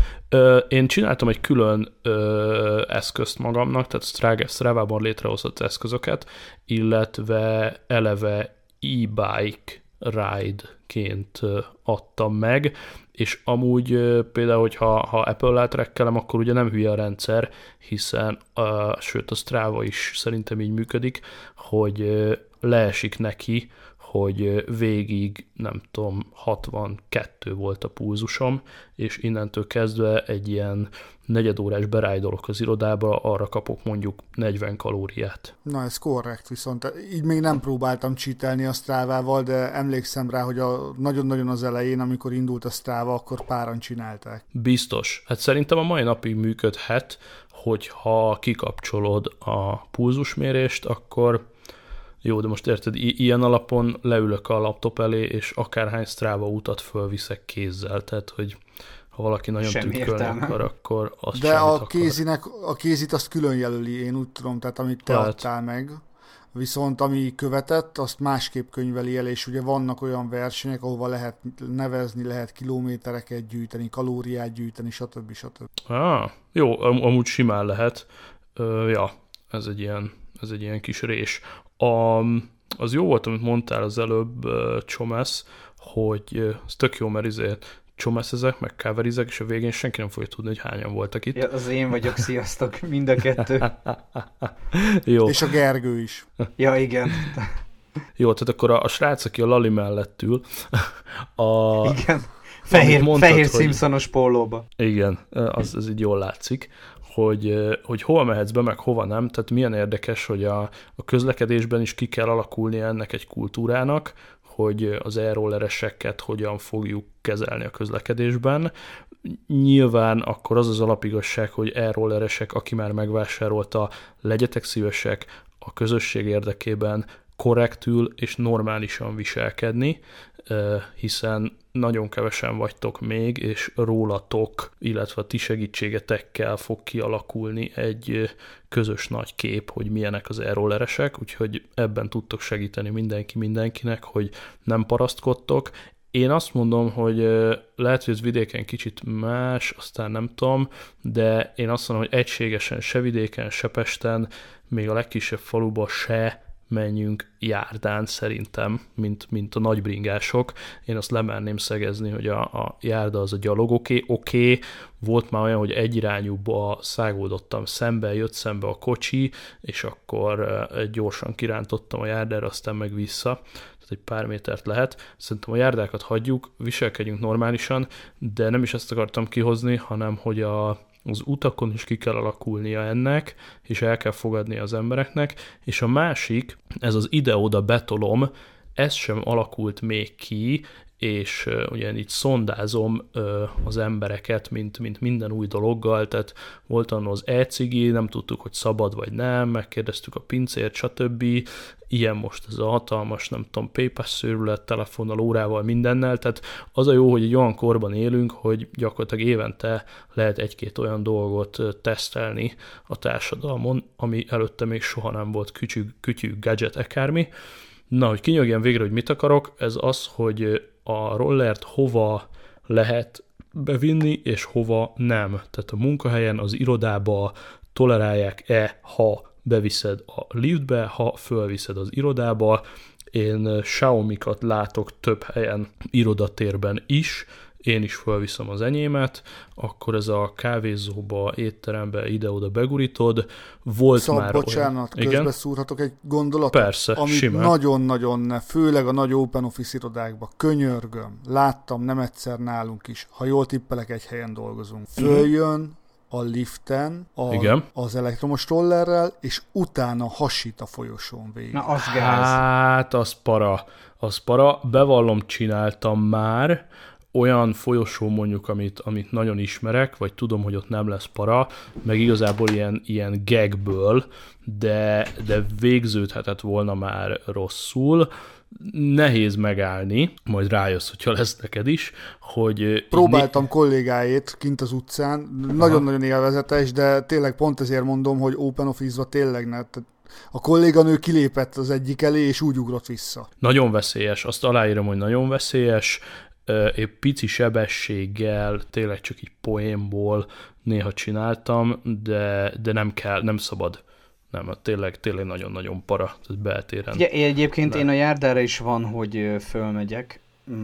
Én csináltam egy külön eszközt magamnak, tehát Stravában létrehozott eszközöket, illetve eleve e-bike ride-ként adtam meg, és amúgy például, hogyha Apple-lel trekkelem, akkor ugye nem hülye a rendszer, hiszen sőt a Strava is szerintem így működik, hogy leesik neki, hogy végig, nem tudom, 62 volt a pulzusom, és innentől kezdve egy ilyen negyedórás berájdolok az irodába, arra kapok mondjuk 40 kalóriát. Na, ez korrekt, viszont így még nem próbáltam cheatelni a Strávával, de emlékszem rá, hogy nagyon-nagyon az elején, amikor indult a Strava, akkor páran csinálták. Biztos. Hát szerintem a mai napig működhet, hogyha kikapcsolod a pulzusmérést, akkor jó, de most érted, ilyen alapon leülök a laptop elé, és akárhány Strava utat fölviszek kézzel, tehát hogy ha valaki nagyon tükrölni akar, akkor azt de a kézit azt külön jelöli, én úgy tudom, tehát amit te adtál meg, viszont ami követett, azt másképp könyveli el, és ugye vannak olyan versenyek, ahova lehet nevezni, lehet kilométereket gyűjteni, kalóriát gyűjteni, stb. Jó, amúgy simán lehet. Ez egy ilyen kis rés. Az jó volt, amit mondtál az előbb, Csomesz, hogy ez tök jó, mert csomeszezek, meg coverizek, és a végén senki nem fogja tudni, hogy hányan voltak itt. Ja, az én vagyok, sziasztok, mind a kettő. Jó. És a Gergő is. Ja, igen. Jó, tehát akkor a srác, aki a Lali mellett ül. Igen. Fehér Simpsonos pólóba. Igen, az így jól látszik, hogy hova mehetsz be, meg hova nem. Tehát milyen érdekes, hogy a közlekedésben is ki kell alakulni ennek egy kultúrának, hogy az e-rollereseket hogyan fogjuk kezelni a közlekedésben. Nyilván akkor az alapigazság, hogy e-rolleresek, aki már megvásárolta, legyetek szívesek a közösség érdekében korrektül és normálisan viselkedni, hiszen nagyon kevesen vagytok még, és rólatok, illetve a ti segítségetekkel fog kialakulni egy közös nagy kép, hogy milyenek az e-rolleresek, úgyhogy ebben tudtok segíteni mindenkinek, hogy nem parasztkodtok. Én azt mondom, hogy lehet, hogy ez vidéken kicsit más, aztán nem tudom, de én azt mondom, hogy egységesen se vidéken, se Pesten, még a legkisebb faluba se menjünk járdán szerintem, mint a nagybringások. Én azt lemerném szegezni, hogy a járda az a gyalog oké. Volt már olyan, hogy egyirányúba száguldottam szembe, jött szembe a kocsi, és akkor gyorsan kirántottam a járdára, aztán meg vissza. Tehát egy pár métert lehet. Szerintem a járdákat hagyjuk, viselkedjünk normálisan, de nem is ezt akartam kihozni, hanem hogy az utakon is ki kell alakulnia ennek, és el kell fogadni az embereknek, és a másik, ez az ide-oda betolom, ez sem alakult még ki, és ugye így szondázom az embereket, mint minden új dologgal, tehát volt annól az e-cigi, nem tudtuk, hogy szabad vagy nem, megkérdeztük a pincért, stb. Ilyen most ez a hatalmas, nem tudom, PayPass szőrület, telefonnal, órával, mindennel, tehát az a jó, hogy egy olyan korban élünk, hogy gyakorlatilag évente lehet egy-két olyan dolgot tesztelni a társadalmon, ami előtte még soha nem volt kütyű, gadget, akármi. Na, hogy kinyögjen végre, hogy mit akarok, ez az, hogy a rollert hova lehet bevinni, és hova nem. Tehát a munkahelyen, az irodába tolerálják-e, ha beviszed a liftbe, ha fölviszed az irodába. Én Xiaomi-kat látok több helyen irodatérben is, én is fölviszem az enyémet, akkor ez a kávézóba, étterembe ide-oda begurítod. Volt már bocsánat, közbeszúrhatok egy gondolatot? Persze, amit simán. Nagyon-nagyon, főleg a nagy open office irodákban, könyörgöm, láttam nem egyszer nálunk is, ha jól tippelek, egy helyen dolgozunk. Följön a liften az elektromos rollerrel, és utána hasít a folyosón végig. Na, az gáz. Hát, az para. Bevallom, csináltam már, olyan folyosó mondjuk, amit nagyon ismerek, vagy tudom, hogy ott nem lesz para, meg igazából ilyen gagből, de végződhetett volna már rosszul. Nehéz megállni, majd rájössz, hogyha lesz neked is, hogy... Próbáltam kollégáét kint az utcán, nagyon-nagyon élvezetes, de tényleg pont ezért mondom, hogy open office-ba tényleg ne. A kolléganő kilépett az egyik elé, és úgy ugrott vissza. Nagyon veszélyes, azt aláírom, hogy nagyon veszélyes, épp pici sebességgel, tényleg csak így poénból néha csináltam, de nem szabad. Nem, tényleg nagyon-nagyon para, tehát beltéren. Ja, egyébként én a járdára is van, hogy fölmegyek,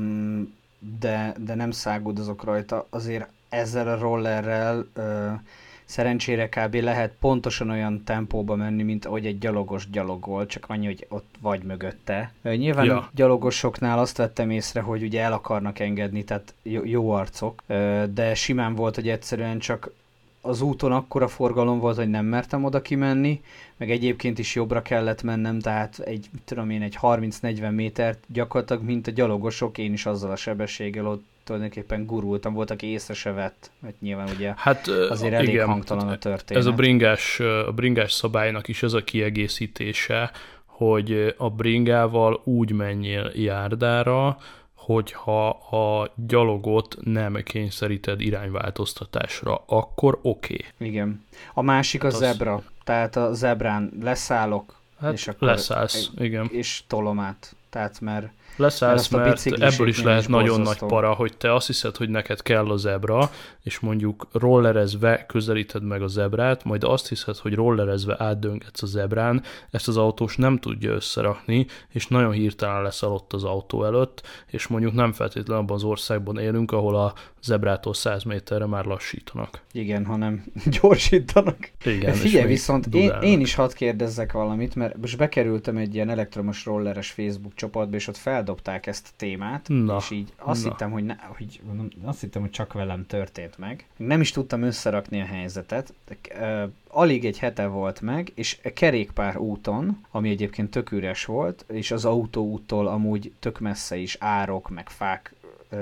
de nem száguldozok rajta. Azért ezzel a rollerrel szerencsére kb. Lehet pontosan olyan tempóba menni, mint ahogy egy gyalogos gyalogol, csak annyi, hogy ott vagy mögötte. Nyilván a gyalogosoknál azt vettem észre, hogy ugye el akarnak engedni, tehát jó arcok, de simán volt, hogy egyszerűen csak az úton akkora forgalom volt, hogy nem mertem oda kimenni, meg egyébként is jobbra kellett mennem, tehát egy 30-40 métert gyakorlatilag, mint a gyalogosok, én is azzal a sebességgel ott tulajdonképpen gurultam, volt, aki észre se vett, mert nyilván ugye azért elég igen, hangtalan a történet. Ez a bringás szabálynak is ez a kiegészítése, hogy a bringával úgy menjél járdára, hogyha a gyalogot nem kényszeríted irányváltoztatásra, akkor oké. Igen. A másik a zebra. Tehát a zebrán leszállok, Hát és akkor leszállsz, igen. És tolom át. Tehát leszállsz, mert ebből is lehet nagyon nagy para, hogy te azt hiszed, hogy neked kell a zebra, és mondjuk rollerezve közelíted meg a zebrát, majd azt hiszed, hogy rollerezve átdöngetsz a zebrán, ezt az autós nem tudja összerakni, és nagyon hirtelen leszaladott az autó előtt, és mondjuk nem feltétlenül abban az országban élünk, ahol a zebrától 100 méterre már lassítanak. Igen, hanem gyorsítanak. Igen, figyelj, viszont én is hadd kérdezzek valamit, mert most bekerültem egy ilyen elektromos rolleres Facebook csoportba, és ott feldobták ezt a témát, és így azt hittem, hogy csak velem történt meg. Nem is tudtam összerakni a helyzetet. Alig egy hete volt meg, és kerékpár úton, ami egyébként tök üres volt, és az autóúttól amúgy tök messze is árok, meg fák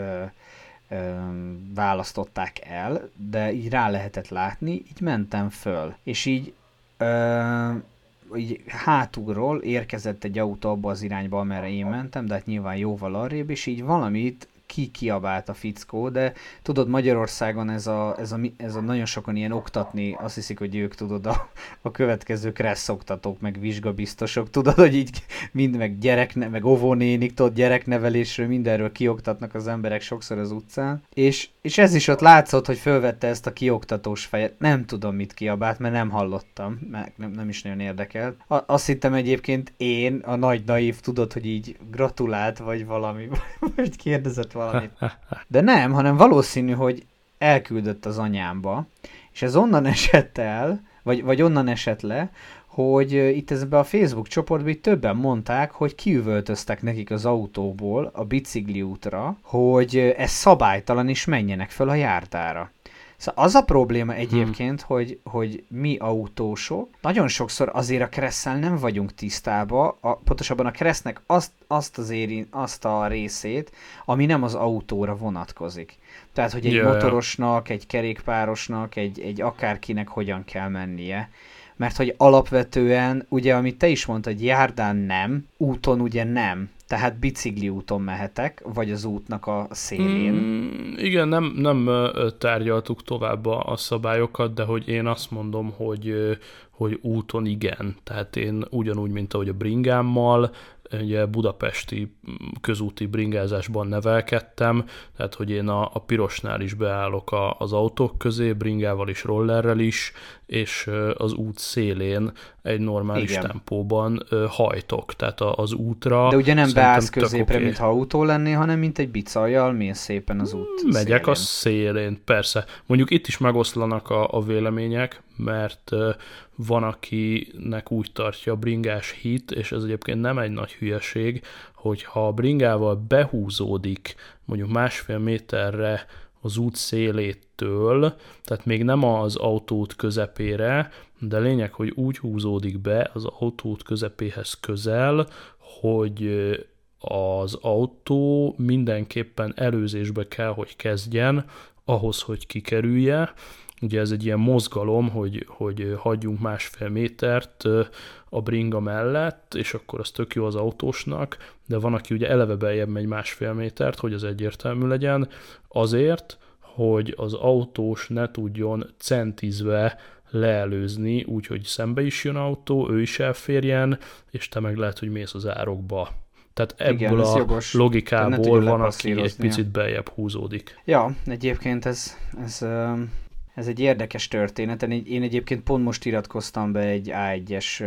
választották el, de így rá lehetett látni, így mentem föl. És így hátulról érkezett egy autó abba az irányba, amerre én mentem, de hát nyilván jóval arrébb, és így valamit kiabált a fickó, de tudod, Magyarországon ez a nagyon sokan ilyen oktatni, azt hiszik, hogy ők tudod a következő kressz oktatók, meg vizsgabiztosok, tudod, hogy így mind meg óvónénik, tudod, gyereknevelésről, mindenről kioktatnak az emberek sokszor az utcán, és ez is ott látszott, hogy fölvette ezt a kioktatós fejet, nem tudom mit kiabált, mert nem hallottam, mert nem is nagyon érdekelt. Azt hittem egyébként én, a nagy naív, tudod, hogy így gratulált, vagy valami, vagy kérdezett valamit. De nem, hanem valószínű, hogy elküldött az anyámba, és ez onnan esett el, vagy onnan esett le, hogy itt ezben a Facebook csoportban itt többen mondták, hogy kiüvöltöztek nekik az autóból a bicikliútra, hogy ez szabálytalan, és menjenek föl a járdára. Szóval az a probléma egyébként, hogy mi autósok nagyon sokszor azért a kresszel nem vagyunk tisztában, pontosabban a kressznek azt a részét, ami nem az autóra vonatkozik. Tehát, hogy egy motorosnak, egy kerékpárosnak, egy akárkinek hogyan kell mennie. Mert hogy alapvetően, ugye, amit te is mondtad, hogy járdán nem, úton ugye nem. Tehát bicikli úton mehetek, vagy az útnak a szélén. Igen, nem tárgyaltuk tovább a szabályokat, de hogy én azt mondom, hogy úton igen. Tehát én ugyanúgy, mint ahogy a bringámmal, ugye budapesti közúti bringázásban nevelkedtem, tehát hogy én a pirosnál is beállok az autók közé, bringával is, rollerrel is, és az út szélén egy normális tempóban hajtok, tehát az útra. De ugye nem beállsz középre, mintha autó lennél, hanem mint egy bicajjal mész szépen az út Megyek szélén. a szélén, persze. Mondjuk itt is megoszlanak a vélemények, mert van, akinek úgy tartja a bringás hit, és ez egyébként nem egy nagy hülyeség, hogyha a bringával behúzódik mondjuk 1,5 méterre az út szélétől, tehát még nem az autóút közepére, de lényeg, hogy úgy húzódik be az autóút közepéhez közel, hogy az autó mindenképpen előzésbe kell, hogy kezdjen, ahhoz, hogy kikerülje. Ugye ez egy ilyen mozgalom, hogy hagyjunk 1,5 métert a bringa mellett, és akkor az tök jó az autósnak, de van, aki ugye eleve beljebb megy 1,5 métert, hogy az egyértelmű legyen, azért, hogy az autós ne tudjon centizve leelőzni, úgyhogy szembe is jön autó, ő is elférjen, és te meg lehet, hogy mész az árokba. Tehát ebből a logikából van, aki egy picit beljebb húzódik. Ja, egyébként ez egy érdekes történet. Én egyébként pont most iratkoztam be egy A1-es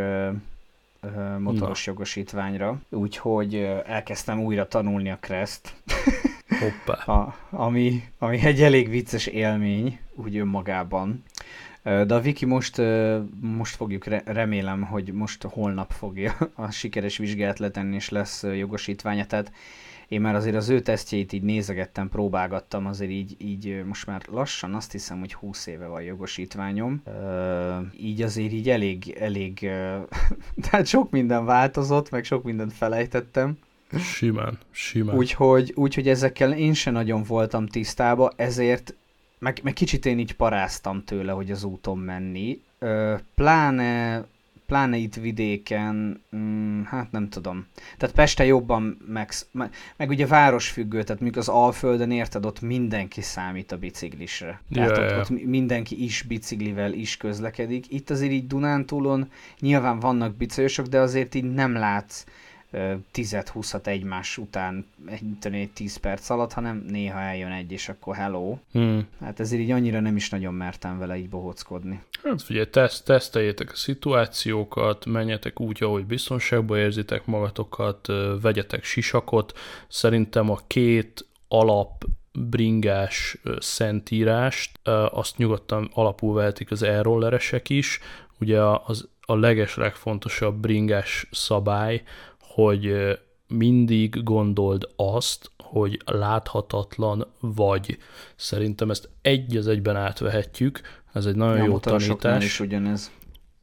motoros jogosítványra, úgyhogy elkezdtem újra tanulni a Crest. Hoppá. Ami egy elég vicces élmény, úgy önmagában. De a Viki most fogjuk, remélem, hogy most holnap fogja a sikeres vizsgát letenni, és lesz jogosítványa, tehát én már azért az ő tesztjeit így nézegettem, próbálgattam, azért így most már lassan azt hiszem, hogy 20 éve van jogosítványom. Így azért így elég tehát sok minden változott, meg sok mindent felejtettem. Simán. Úgyhogy ezekkel én sem nagyon voltam tisztában, ezért meg kicsit én így paráztam tőle, hogy az úton menni. Pláne pláne itt vidéken, hát nem tudom. Tehát Pesten jobban, meg ugye városfüggő, tehát mondjuk az Alföldön, érted, ott mindenki számít a biciklisre. Tehát ott mindenki is biciklivel is közlekedik. Itt azért így Dunántúlon nyilván vannak bicajosok, de azért így nem látsz 10-20-at egymás után egy 10 perc alatt, hanem néha eljön egy, és akkor hello. Hát ezért így annyira nem is nagyon mertem vele így bohóckodni. Hát figyelj, teszteljétek a szituációkat, menjetek úgy, ahogy biztonságban érzitek magatokat, vegyetek sisakot. Szerintem a 2 alap bringás szentírást, azt nyugodtan alapul vehetik az e-rolleresek is. Ugye a legfontosabb bringás szabály, hogy mindig gondold azt, hogy láthatatlan vagy. Szerintem ezt egy az egyben átvehetjük, ez egy nagyon jó tanítás, is ugyanez.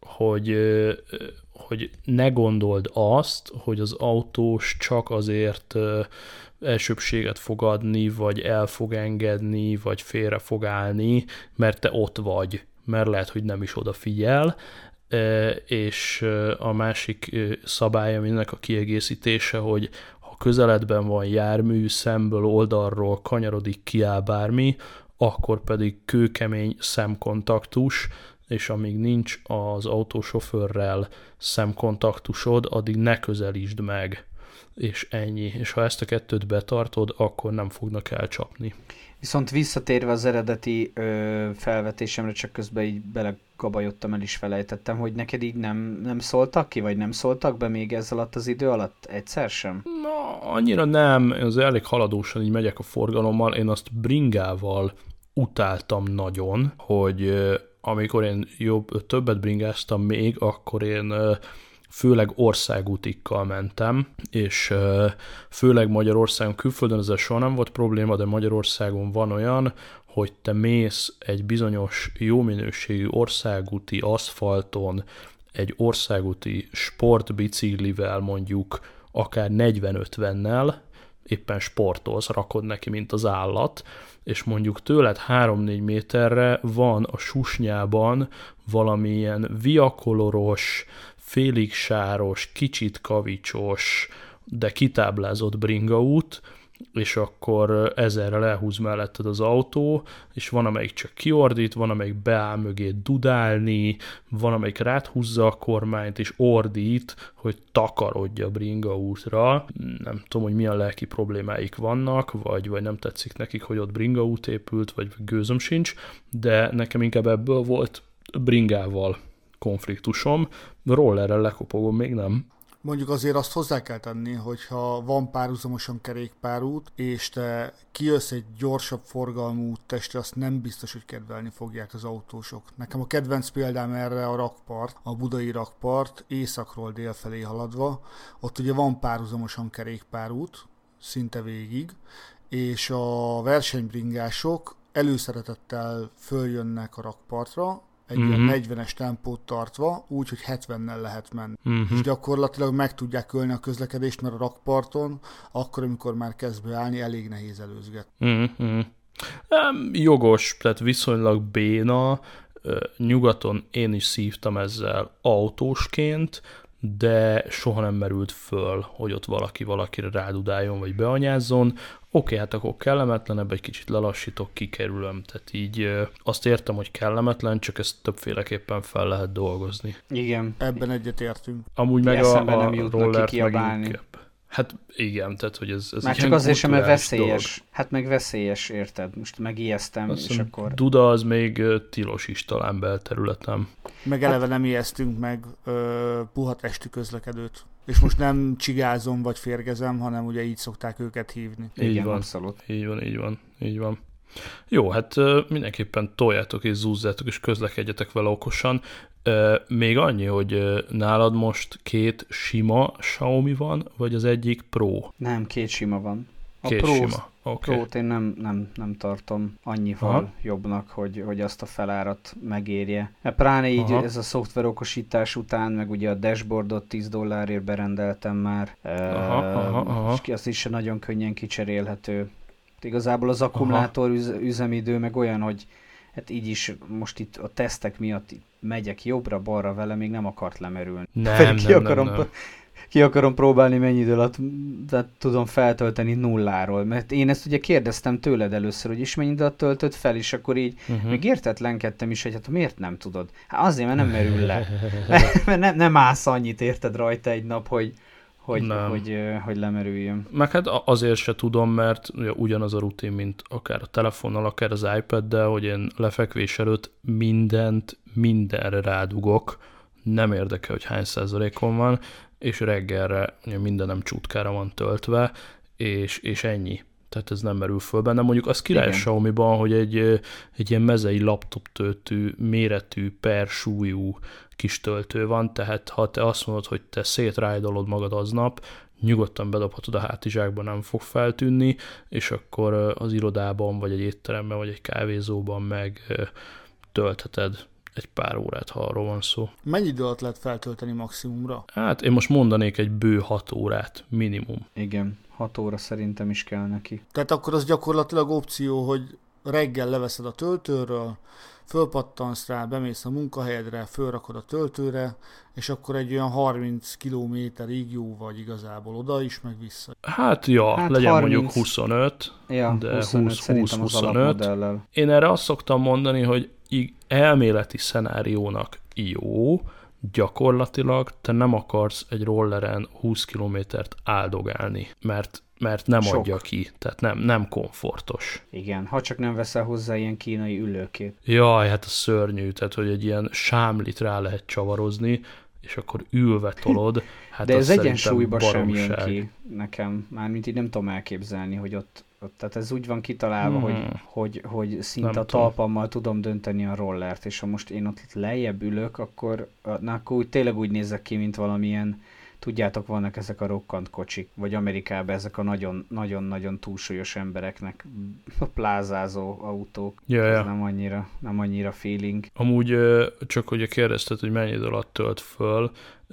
Hogy ne gondold azt, hogy az autós csak azért elsőbbséget fog adni, vagy el fog engedni, vagy félre fog állni, mert te ott vagy, mert lehet, hogy nem is odafigyel, és a másik szabály, aminek a kiegészítése, hogy ha közeledben van jármű, szemből, oldalról kanyarodik, kiáll bármi, akkor pedig kőkemény szemkontaktus, és amíg nincs az autósofőrrel szemkontaktusod, addig ne közelítsd meg, és ennyi. És ha ezt a 2 betartod, akkor nem fognak elcsapni. Viszont visszatérve az eredeti felvetésemre, csak közben így belegabajodtam, el is felejtettem, hogy neked így nem szóltak ki, vagy nem szóltak be még ez alatt az idő alatt? Egyszer sem? Na, annyira nem. Én az elég haladósan így megyek a forgalommal. Én azt bringával utáltam nagyon, hogy amikor én többet bringáztam még, akkor én főleg országútikkal mentem, és főleg Magyarországon, külföldön ezzel soha nem volt probléma, de Magyarországon van olyan, hogy te mész egy bizonyos jó minőségű országúti aszfalton, egy országúti sportbiciklivel mondjuk akár 40-50-nel, éppen sportolsz, rakod neki, mint az állat, és mondjuk tőled 3-4 méterre van a susnyában valamilyen viakoloros, félig sáros, kicsit kavicsos, de kitáblázott bringaút, és akkor ezerrel elhúz melletted az autó, és van, amelyik csak kiordít, van, amelyik beáll mögé dudálni, van, amelyik ráthúzza a kormányt, és ordít, hogy takarodj a bringaútra. Nem tudom, hogy milyen lelki problémáik vannak, vagy nem tetszik nekik, hogy ott bringaút épült, vagy gőzöm sincs, de nekem inkább ebből volt bringával konfliktusom, rollerrel lekopogom még nem. Mondjuk azért azt hozzá kell tenni, hogyha van párhuzamosan kerékpárút, és te kijössz egy gyorsabb forgalmú úttestre, azt nem biztos, hogy kedvelni fogják az autósok. Nekem a kedvenc példám erre a rakpart, a budai rakpart, északról dél felé haladva. Ott ugye van párhuzamosan kerékpárút, szinte végig, és a versenybringások előszeretettel följönnek a rakpartra, egy ilyen 40-es tempót tartva, úgy, hogy 70-nel lehet menni. És gyakorlatilag meg tudják ölni a közlekedést, mert a rakparton, akkor, amikor már kezd beállni, elég nehéz előzgetni. Jogos, tehát viszonylag béna, nyugaton én is szívtam ezzel autósként, de soha nem merült föl, hogy ott valakire rádudáljon, vagy beanyázzon. Oké, hát akkor kellemetlenebb, egy kicsit lelassítok, kikerülöm. Tehát így azt értem, hogy kellemetlen, csak ezt többféleképpen fel lehet dolgozni. Igen. Ebben egyetértünk. Amúgy meg a rollert meg inkább. Hát igen, tehát hogy ez már csak azért sem, mert veszélyes. Dolog. Hát meg veszélyes, érted? Most megijesztem, azt és akkor... Duda az még tilos is talán belterületem. Meg eleve nem ijesztünk meg puha testű közlekedőt. És most nem csigázom vagy férgezem, hanem ugye így szokták őket hívni. Így igen, van, abszolút. Így van. Jó, hát mindenképpen toljátok és zúzzátok és közlekedjetek vele okosan. Még annyi, hogy nálad most 2 sima Xiaomi van, vagy az egyik Pro? Nem, 2 sima van. A 2 sima. Okay. Pro-t én nem tartom annyival jobbnak, hogy azt a felárat megérje. Pláne így ez a szoftverokosítás után, meg ugye a dashboardot $10 berendeltem már, és az is nagyon könnyen kicserélhető. Igazából az akkumulátor üzemidő meg olyan, hogy hát így is most itt a tesztek miatt megyek jobbra-balra vele, még nem akart lemerülni. Nem. Ki akarom próbálni, mennyi idő alatt tudom feltölteni nulláról, mert én ezt ugye kérdeztem tőled először, hogy is mennyi idő alatt töltött fel, és akkor így még értetlenkedtem is, hogy hát miért nem tudod? Hát azért, mert nem merül le. Mert nem állsz annyit, érted rajta egy nap, hogy lemerüljön. Meg hát azért se tudom, mert ugyanaz a rutin, mint akár a telefonnal, akár az iPad-del, hogy én lefekvés előtt mindenre rádugok, nem érdekel, hogy hány százalékon van, és reggelre mindenem csutkára van töltve, és ennyi. Tehát ez nem merül föl benne. Mondjuk az király Xiaomi-ban, hogy egy ilyen mezei laptop töltő, méretű, per súlyú kis töltő van, tehát ha te azt mondod, hogy te szétrájdolod magad aznap, nyugodtan bedobhatod a hátizsákba, nem fog feltűnni, és akkor az irodában, vagy egy étteremben, vagy egy kávézóban meg töltheted egy pár órát, ha arról van szó. Mennyi idő alatt lehet feltölteni maximumra? Hát én most mondanék egy bő 6 órát minimum. Igen, 6 óra szerintem is kell neki. Tehát akkor az gyakorlatilag opció, hogy reggel leveszed a töltőről, fölpattansz rá, bemész a munkahelyedre, fölrakod a töltőre, és akkor egy olyan 30 kilométerig jó vagy igazából oda is, meg vissza. Hát legyen 30... mondjuk 25, de 20-25. Én erre azt szoktam mondani, hogy elméleti szenáriónak jó, gyakorlatilag te nem akarsz egy rolleren 20 kilométert áldogálni, mert nem sok. Adja ki, tehát nem komfortos. Igen, ha csak nem veszel hozzá ilyen kínai ülőkét. Jaj, hát a szörnyű, tehát hogy egy ilyen sámlit rá lehet csavarozni, és akkor ülve tolod. Hát de ez egyensúlyba sem jön ki nekem, mármint így nem tudom elképzelni, hogy ott tehát ez úgy van kitalálva, hogy szinte a talpammal tudom dönteni a rollert, és ha most én ott lejjebb ülök, akkor úgy tényleg úgy nézek ki, mint valamilyen, tudjátok, vannak ezek a rokkant kocsik, vagy Amerikában ezek a nagyon-nagyon túlsúlyos embereknek plázázó autók. Ja. Ez nem annyira feeling. Amúgy csak hogy kérdezted, hogy mennyi idő alatt tölt föl,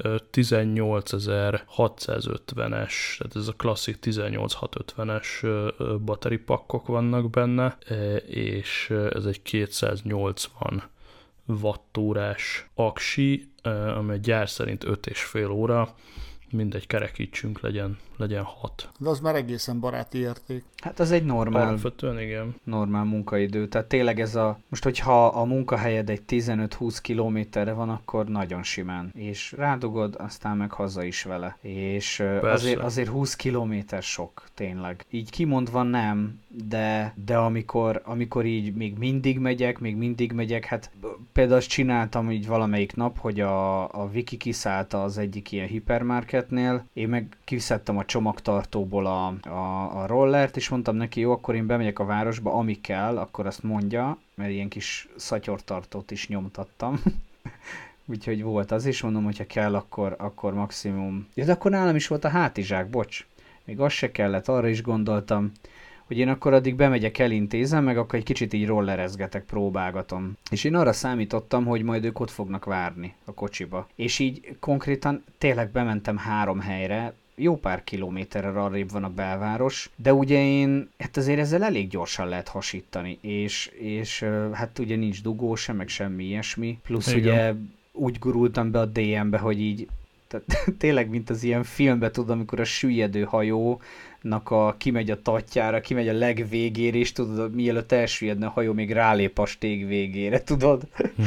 18.650-es, tehát ez a klasszik 18650-es batteripakkok vannak benne, és ez egy 280 wattórás aksi, amely gyár szerint 5,5 óra, mindegy, kerekítsünk, legyen 6. De az már egészen baráti érték. Hát az egy alapvetően igen. Normál munkaidő. Tehát tényleg ez most, hogyha a munkahelyed egy 15-20 kilométerre van, akkor nagyon simán. És rádugod, aztán meg haza is vele. És azért 20 kilométer sok, tényleg. Így kimondva nem, de amikor így még mindig megyek, hát például azt csináltam így valamelyik nap, hogy a Viki kiszállta az egyik ilyen hipermarketnél, én meg kiszedtem a csomagtartóból a rollert, és mondtam neki, jó, akkor én bemegyek a városba, ami kell, akkor azt mondja, mert ilyen kis szatyortartót is nyomtattam. Úgyhogy volt az is, mondom, hogyha kell, akkor maximum. Ja, de akkor nálam is volt a hátizsák, bocs. Még az se kellett, arra is gondoltam, hogy én akkor addig bemegyek, elintézem, meg akkor egy kicsit így rollerezgetek, próbálgatom. És én arra számítottam, hogy majd ők ott fognak várni a kocsiba. És így konkrétan tényleg bementem 3 helyre, jó pár kilométerre arrébb van a belváros, de ugye hát azért ezzel elég gyorsan lehet hasítani, és hát ugye nincs dugó sem, meg semmi ilyesmi, plusz igen. Ugye úgy gurultam be a DM-be, hogy így, tehát tényleg mint az ilyen filmben, tudod, amikor a süllyedő hajónak kimegy a tatjára, kimegy a legvégére, és tudod, mielőtt elsüllyedne a hajó, még rálép a stég végére, tudod?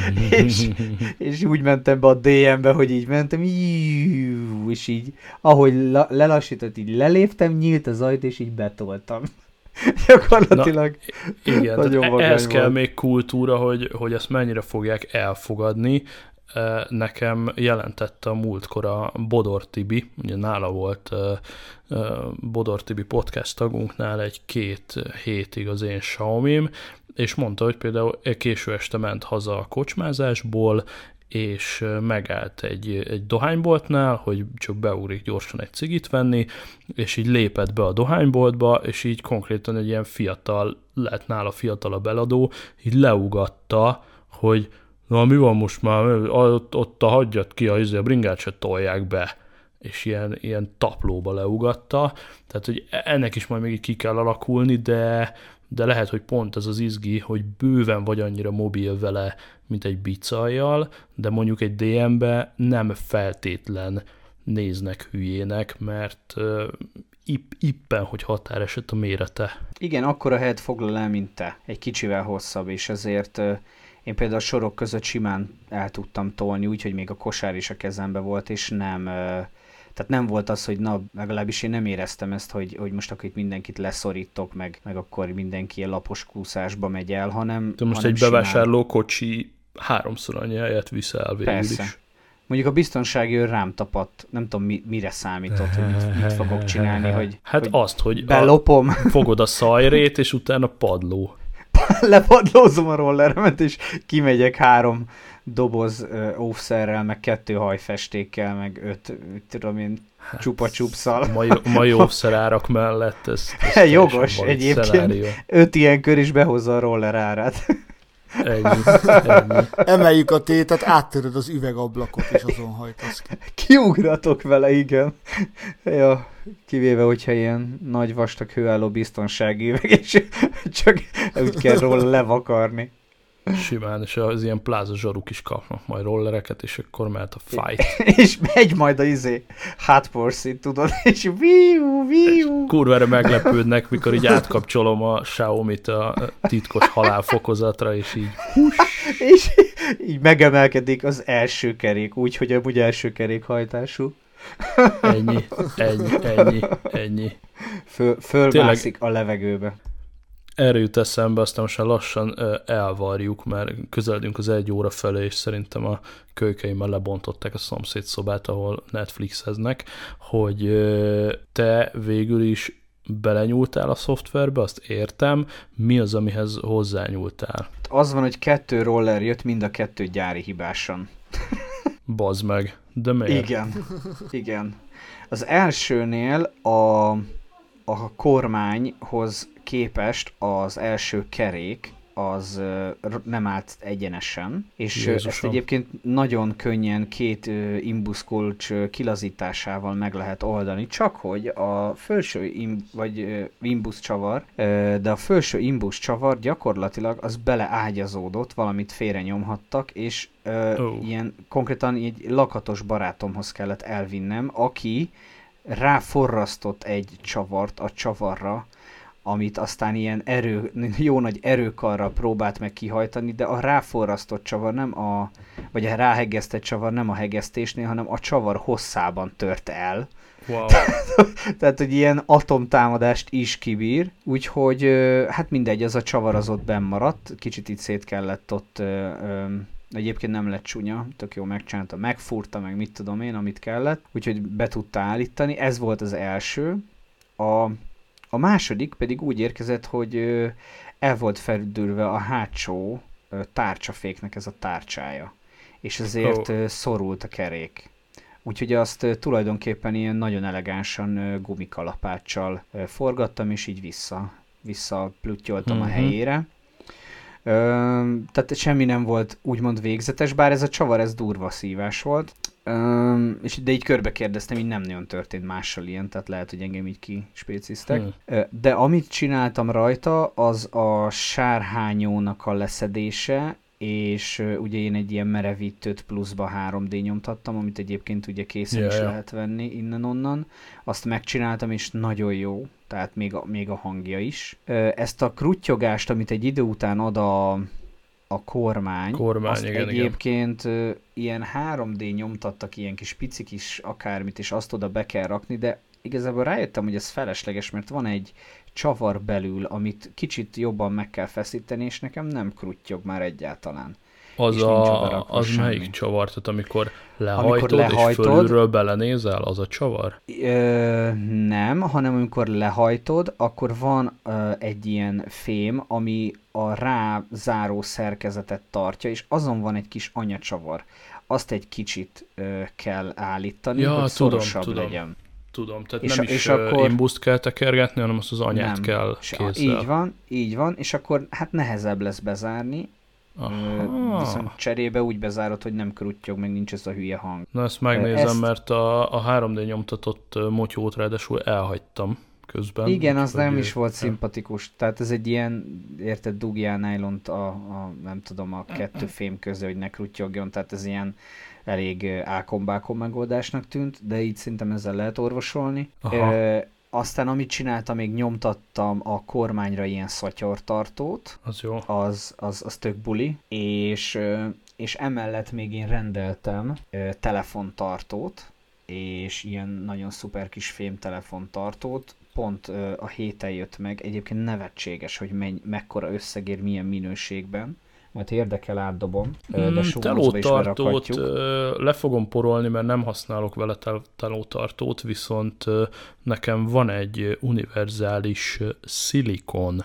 és úgy mentem be a DM-be, hogy így mentem, és így, ahogy lelassított, így leléptem, nyílt az ajtó, és így betoltam. Gyakorlatilag igen, nagyon ez kell még kultúra, hogy ezt mennyire fogják elfogadni. Nekem jelentette a múltkor a Bodor Tibi, ugye nála volt Bodor Tibi podcast tagunknál 2 hétig az én Xiaomim, és mondta, hogy például késő este ment haza a kocsmázásból, és megállt egy dohányboltnál, hogy csak beugrik gyorsan egy cigit venni, és így lépett be a dohányboltba, és így konkrétan egy ilyen fiatal, lehet nála fiatalabb eladó, így leugatta, hogy na, mi van most már, ott hagyjad ki, a bringát se tolják be, és ilyen taplóba leugatta, tehát hogy ennek is majd még ki kell alakulni, de de lehet, hogy pont ez az izgi, hogy bőven vagy annyira mobil vele, mint egy bicajjal, de mondjuk egy DM-be nem feltétlen néznek hülyének, mert éppen, hogy határeset a mérete. Igen, akkora helyet foglal el, mint te. Egy kicsivel hosszabb, és ezért én például a sorok között simán el tudtam tolni, úgyhogy még a kosár is a kezembe volt, és nem... Tehát nem volt az, hogy na, legalábbis én nem éreztem ezt, hogy most akkor itt mindenkit leszorítok, meg akkor mindenki ilyen lapos kúszásba megy el, hanem... De most hanem egy bevásárló kocsi 3-szor annyi helyet viszel végül Persze. is. Mondjuk a biztonsági őr rám tapadt, nem tudom mire számított, hogy mit fogok csinálni, hogy... Hát hogy azt, hogy belopom. Fogod a szajrét, és utána padló. Lepadlózom a rolleremet, és kimegyek 3 doboz óvszerrel, meg 2 hajfestékkel, meg 5, tudom én, csupa-csupszal. Mai óvszerárak mellett ez jogos, egyébként szenárió. 5 ilyen kör is behozza a roller árát. Ennyi. Emeljük a tétet, áttöröd az üvegablakot, és azon hajtasz ki. Kiugratok vele, igen. Ja, kivéve, hogyha ilyen nagy vastag hőálló biztonsági üveg, és csak úgy kell róla levakarni. Simán, és az ilyen pláza zsaruk is kapnak majd rollereket, és akkor mehet a fight. És megy majd a hot pursuit, tudod, és viu. Kurvára meglepődnek, mikor így átkapcsolom a Xiaomi-t a titkos halálfokozatra, és így és így megemelkedik az első kerék, úgyhogy amúgy első kerékhajtású. Ennyi. Fölmászik a levegőbe. Erre jut eszembe, aztán most lassan elvarjuk, mert közeledünk az 1 óra felé, és szerintem a kölykeimmel lebontották a szomszéd szobát, ahol Netflixeznek, hogy te végül is belenyúltál a szoftverbe, azt értem, mi az, amihez hozzányúltál? Az van, hogy 2 roller jött, mind a 2 gyári hibásan. Bazd meg, de miért? Igen. Az elsőnél a kormányhoz képest az első kerék az nem állt egyenesen, és Jézusom. Ezt egyébként nagyon könnyen 2 imbuszkulcs kilazításával meg lehet oldani, csak hogy a felső imbuszcsavar, de a felső imbuszcsavar gyakorlatilag az beleágyazódott, valamit félrenyomhattak, és ilyen konkrétan egy lakatos barátomhoz kellett elvinnem, aki ráforrasztott egy csavart a csavarra, amit aztán ilyen jó nagy erőkarral próbált meg kihajtani, de a ráforrasztott csavar vagy a ráhegesztett csavar nem a hegesztésnél, hanem a csavar hosszában tört el. Wow. Tehát, hogy ilyen atomtámadást is kibír, úgyhogy hát mindegy, az a csavar az ott benn maradt, kicsit itt szét kellett ott, egyébként nem lett csúnya, tök jó megcsinálta, megfúrta, meg mit tudom én, amit kellett, úgyhogy be tudta állítani, ez volt az első. A második pedig úgy érkezett, hogy el volt felüldülve a hátsó tárcsaféknek ez a tárcsája, és ezért szorult a kerék. Úgyhogy azt tulajdonképpen ilyen nagyon elegánsan gumikalapáccsal forgattam, és így visszapluttyoltam a helyére. Tehát semmi nem volt úgymond végzetes, bár ez a csavar, ez durva szívás volt. De így körbe kérdeztem, így nem nagyon történt mással ilyen, tehát lehet, hogy engem így kispéciztek. De amit csináltam rajta, az a sárhányónak a leszedése, és ugye én egy ilyen merevítőt pluszba 3D nyomtattam, amit egyébként ugye készen is lehet venni innen-onnan. Azt megcsináltam, és nagyon jó, tehát még a hangja is. Ezt a krutyogást, amit egy idő után ad a kormány azt igen, egyébként ilyen 3D nyomtattak, ilyen kis pici kis akármit, és azt oda be kell rakni, de igazából rájöttem, hogy ez felesleges, mert van egy csavar belül, amit kicsit jobban meg kell feszíteni, és nekem nem kruttyog már egyáltalán. Az melyik csavar? Tehát amikor lehajtod, és fölülről belenézel, az a csavar? Nem, hanem amikor lehajtod, akkor van egy ilyen fém, ami a rázáró szerkezetet tartja, és azon van egy kis anyacsavar. Azt egy kicsit kell állítani, hogy szorosabb legyen. Tudom, tehát nem is akkor imbuszt kell tekergetni, hanem azt az anyát nem kell kézzel. Így van, és akkor hát nehezebb lesz bezárni, viszont cserébe úgy bezárod, hogy nem kruttyog, meg nincs ez a hülye hang. Na ezt megnézem, mert a 3D nyomtatott motyót ráadásul elhagytam, közben. Igen, az nem is volt szimpatikus. Tehát ez egy ilyen, érted, dugjál nylont a nem tudom, a kettő fém közé, hogy ne kruttyogjon, tehát ez ilyen elég ákombákon megoldásnak tűnt, de így szerintem ezzel lehet orvosolni. Aztán amit csináltam, még nyomtattam a kormányra ilyen szatyortartót. Az jó. Az tök buli. És emellett még én rendeltem telefontartót, és ilyen nagyon szuper kis fém telefontartót. Pont a héten jött meg. Egyébként nevetséges, hogy mekkora összegér, milyen minőségben. Majd érdekel, átdobom, de sumozba is berakhatjuk. Le fogom porolni, mert nem használok vele telótartót, viszont nekem van egy univerzális szilikon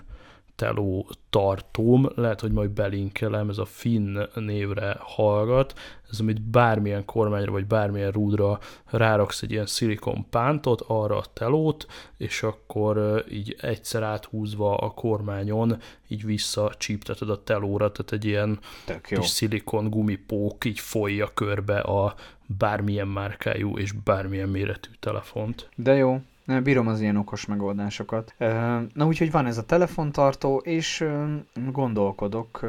telótartóm, lehet, hogy majd belinkelem, ez a Finn névre hallgat, ez amit bármilyen kormányra vagy bármilyen rúdra ráraksz egy ilyen szilikon pántot, arra a telót, és akkor így egyszer áthúzva a kormányon így visszacsípteted a telóra, tehát egy ilyen kis szilikon gumipók így folyja körbe a bármilyen márkájú és bármilyen méretű telefont. De jó. Bírom az ilyen okos megoldásokat. Na úgyhogy van ez a telefontartó, és gondolkodok,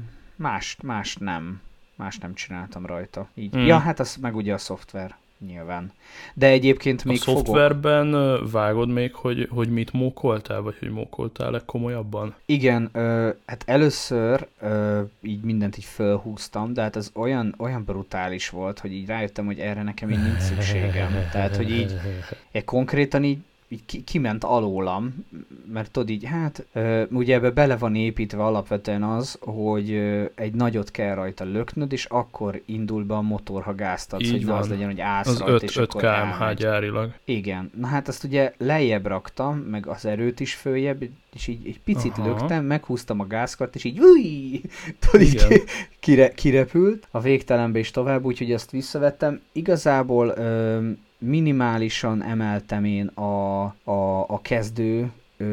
más nem csináltam rajta. Így. Ja, hát az meg ugye a szoftver, nyilván. De egyébként még fogok. A szoftverben vágod még, hogy mit mókoltál, vagy hogy mókoltál-e komolyabban? Igen, hát először így mindent így fölhúztam, de hát az olyan brutális volt, hogy így rájöttem, hogy erre nekem így nincs szükségem. Tehát, hogy így konkrétan így kiment alólam, mert tudod így, hát ugye ebbe bele van építve alapvetően az, hogy egy nagyot kell rajta löknöd, és akkor indul be a motor, ha gázt adsz, hogy az legyen, hogy állsz az rajta, és 5 akkor km/h gyárilag. Igen, na hát azt ugye lejjebb raktam, meg az erőt is följebb, és így egy picit löktem, meghúztam a gázkart, és így tudod, így kirepült a végtelenbe is tovább, úgyhogy ezt visszavettem. Igazából minimálisan emeltem én a kezdő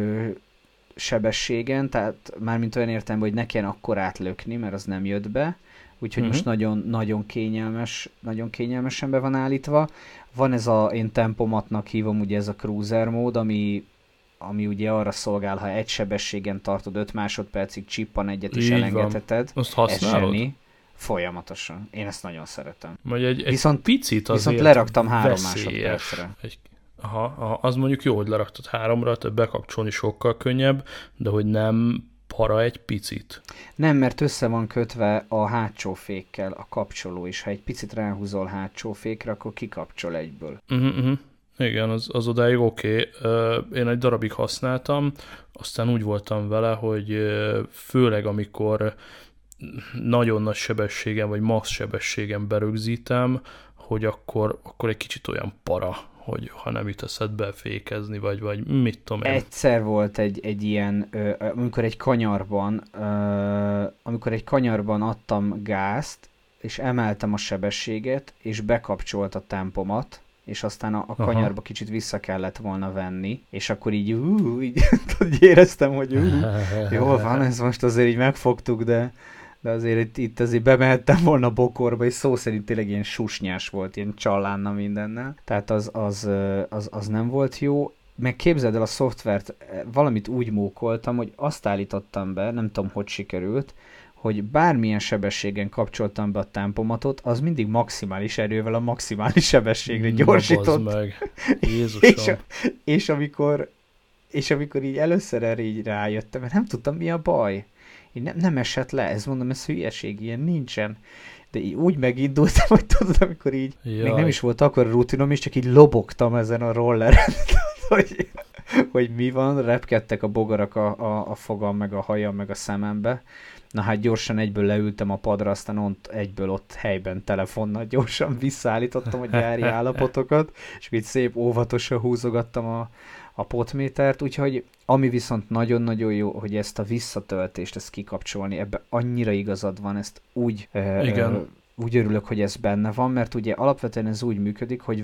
sebességen, tehát mármint olyan értelemben, hogy ne kelljen akkor átlökni, mert az nem jött be, úgyhogy most nagyon kényelmesen be van állítva. Van ez én tempomatnak hívom, ugye ez a cruiser mód, ami ugye arra szolgál, ha egy sebességen tartod 5 másodpercig, csippan egyet és elengedheted. Azt használod? Folyamatosan. Én ezt nagyon szeretem. Vagy egy picit azért viszont leraktam 3 másodpercre. Az mondjuk jó, hogy leraktad 3-ra, tehát bekapcsolni sokkal könnyebb, de hogy nem para egy picit. Nem, mert össze van kötve a hátsó fékkel a kapcsoló is. Ha egy picit ráhúzol hátsó fékre, akkor kikapcsol egyből. Igen, az odáig oké. Én egy darabig használtam, aztán úgy voltam vele, hogy főleg amikor nagyon nagy sebességen, vagy max sebességen berögzítem, hogy akkor egy kicsit olyan para, hogy ha nem jut eszedbe fékezni, vagy mit tudom én. Egyszer volt egy ilyen, amikor egy kanyarban adtam gázt, és emeltem a sebességet, és bekapcsolt a tempomat, és aztán a kanyarba kicsit vissza kellett volna venni, és akkor így éreztem, hogy jól van, ez most azért így megfogtuk, de azért itt azért bemehettem volna bokorba, és szó szerint tényleg ilyen susnyás volt, ilyen csalánna mindennel. Tehát az nem volt jó. Meg képzeld el a szoftvert, valamit úgy mókoltam, hogy azt állítottam be, nem tudom, hogy sikerült, hogy bármilyen sebességen kapcsoltam be a tempomatot, az mindig maximális erővel a maximális sebességre gyorsított. Meg. Jézusom. és amikor így először erre így rájöttem, mert nem tudtam, mi a baj. Így nem esett le, mondom, ez hülyeség, ilyen nincsen. De így úgy megindultam, hogy tudod, amikor így, még nem is volt akkor a rutinom, és csak így lobogtam ezen a rolleren, hogy mi van, repkedtek a bogarak a fogam, meg a hajam, meg a szemembe. Na hát gyorsan egyből leültem a padra, aztán egyből ott helyben telefonnal gyorsan visszaállítottam a gyári állapotokat, és így szép óvatosan húzogattam a potmétert, úgyhogy ami viszont nagyon-nagyon jó, hogy ezt a visszatöltést, ezt kikapcsolni, ebbe annyira igazad van, ezt úgy örülök, hogy ez benne van, mert ugye alapvetően ez úgy működik, hogy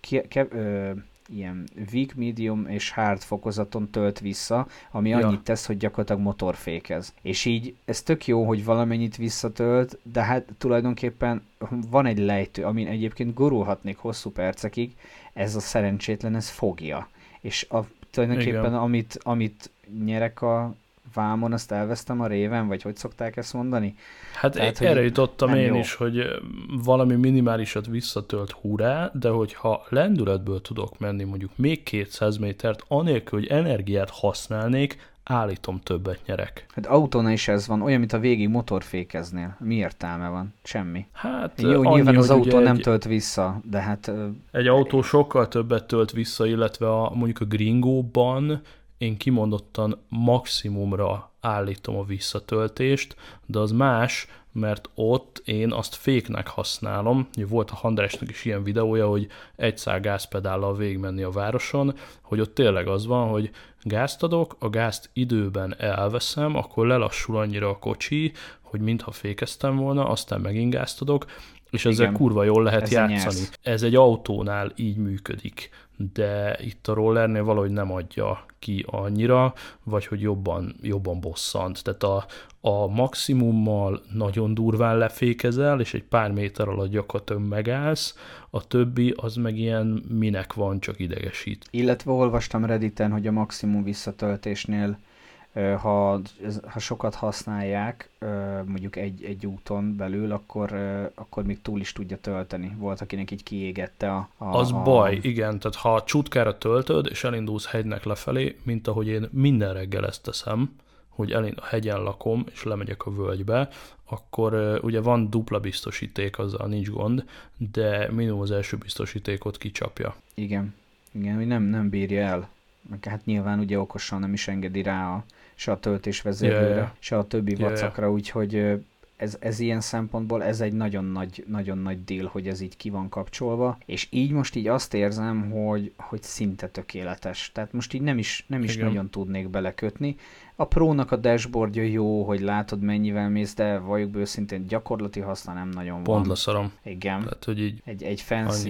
ilyen weak, medium és hard fokozaton tölt vissza, ami annyit tesz, hogy gyakorlatilag motorfékez. És így ez tök jó, hogy valamennyit visszatölt, de hát tulajdonképpen van egy lejtő, amin egyébként gurulhatnék hosszú percekig, ez a szerencsétlen, ez fogja. És tulajdonképpen amit nyerek a vámon, azt elvesztem a réven, vagy hogy szokták ezt mondani? Hát tehát, erre jutottam én is, hogy valami minimálisat visszatölt, hurrá, de hogyha lendületből tudok menni mondjuk még 200 métert, anélkül, hogy energiát használnék, állítom többet nyerek. Hát autónál is ez van, olyan, mint a végig motorfékeznél. Mi értelme van? Semmi. Hát jó, annyi, nyilván az autó nem tölt vissza, de hát... Egy autó sokkal többet tölt vissza, illetve mondjuk a Gringóban én kimondottan maximumra állítom a visszatöltést, de az más, mert ott én azt féknek használom. Volt a Andrásnak is ilyen videója, hogy egy szál gázpedállal végigmenni a városon, hogy ott tényleg az van, hogy gázt adok, a gázt időben elveszem, akkor lelassul annyira a kocsi, hogy mintha fékeztem volna, aztán megint gázt adok, és ezzel kurva jól lehet játszani. Ez egy autónál így működik, de itt a rollernél valahogy nem adja ki annyira, vagy hogy jobban bosszant. Tehát a maximummal nagyon durván lefékezel, és egy pár méter alatt gyakorlatilag megállsz, a többi az meg ilyen minek van, csak idegesít. Illetve olvastam Redditen, hogy a maximum visszatöltésnél ha sokat használják, mondjuk egy úton belül, akkor még túl is tudja tölteni. Volt, akinek így kiégette Az baj, igen. Tehát ha csutkára töltöd, és elindulsz hegynek lefelé, mint ahogy én minden reggel ezt teszem, hogy a hegyen lakom, és lemegyek a völgybe, akkor ugye van dupla biztosíték, azzal nincs gond, de minimum az első biztosítékot kicsapja. Igen, hogy nem bírja el. Hát nyilván ugye okosan nem is engedi rá se a töltésvezérlőre, se a többi vacakra, úgyhogy ez ilyen szempontból ez egy nagyon nagy deal, hogy ez így ki van kapcsolva, és így most így azt érzem, hogy szinte tökéletes. Tehát most így nem is nagyon tudnék belekötni. A Pro-nak a dashboardja jó, hogy látod mennyivel mész, de valljuk be őszintén gyakorlati haszna nem nagyon van. Pont leszarom. Igen. Tehát, hogy így egy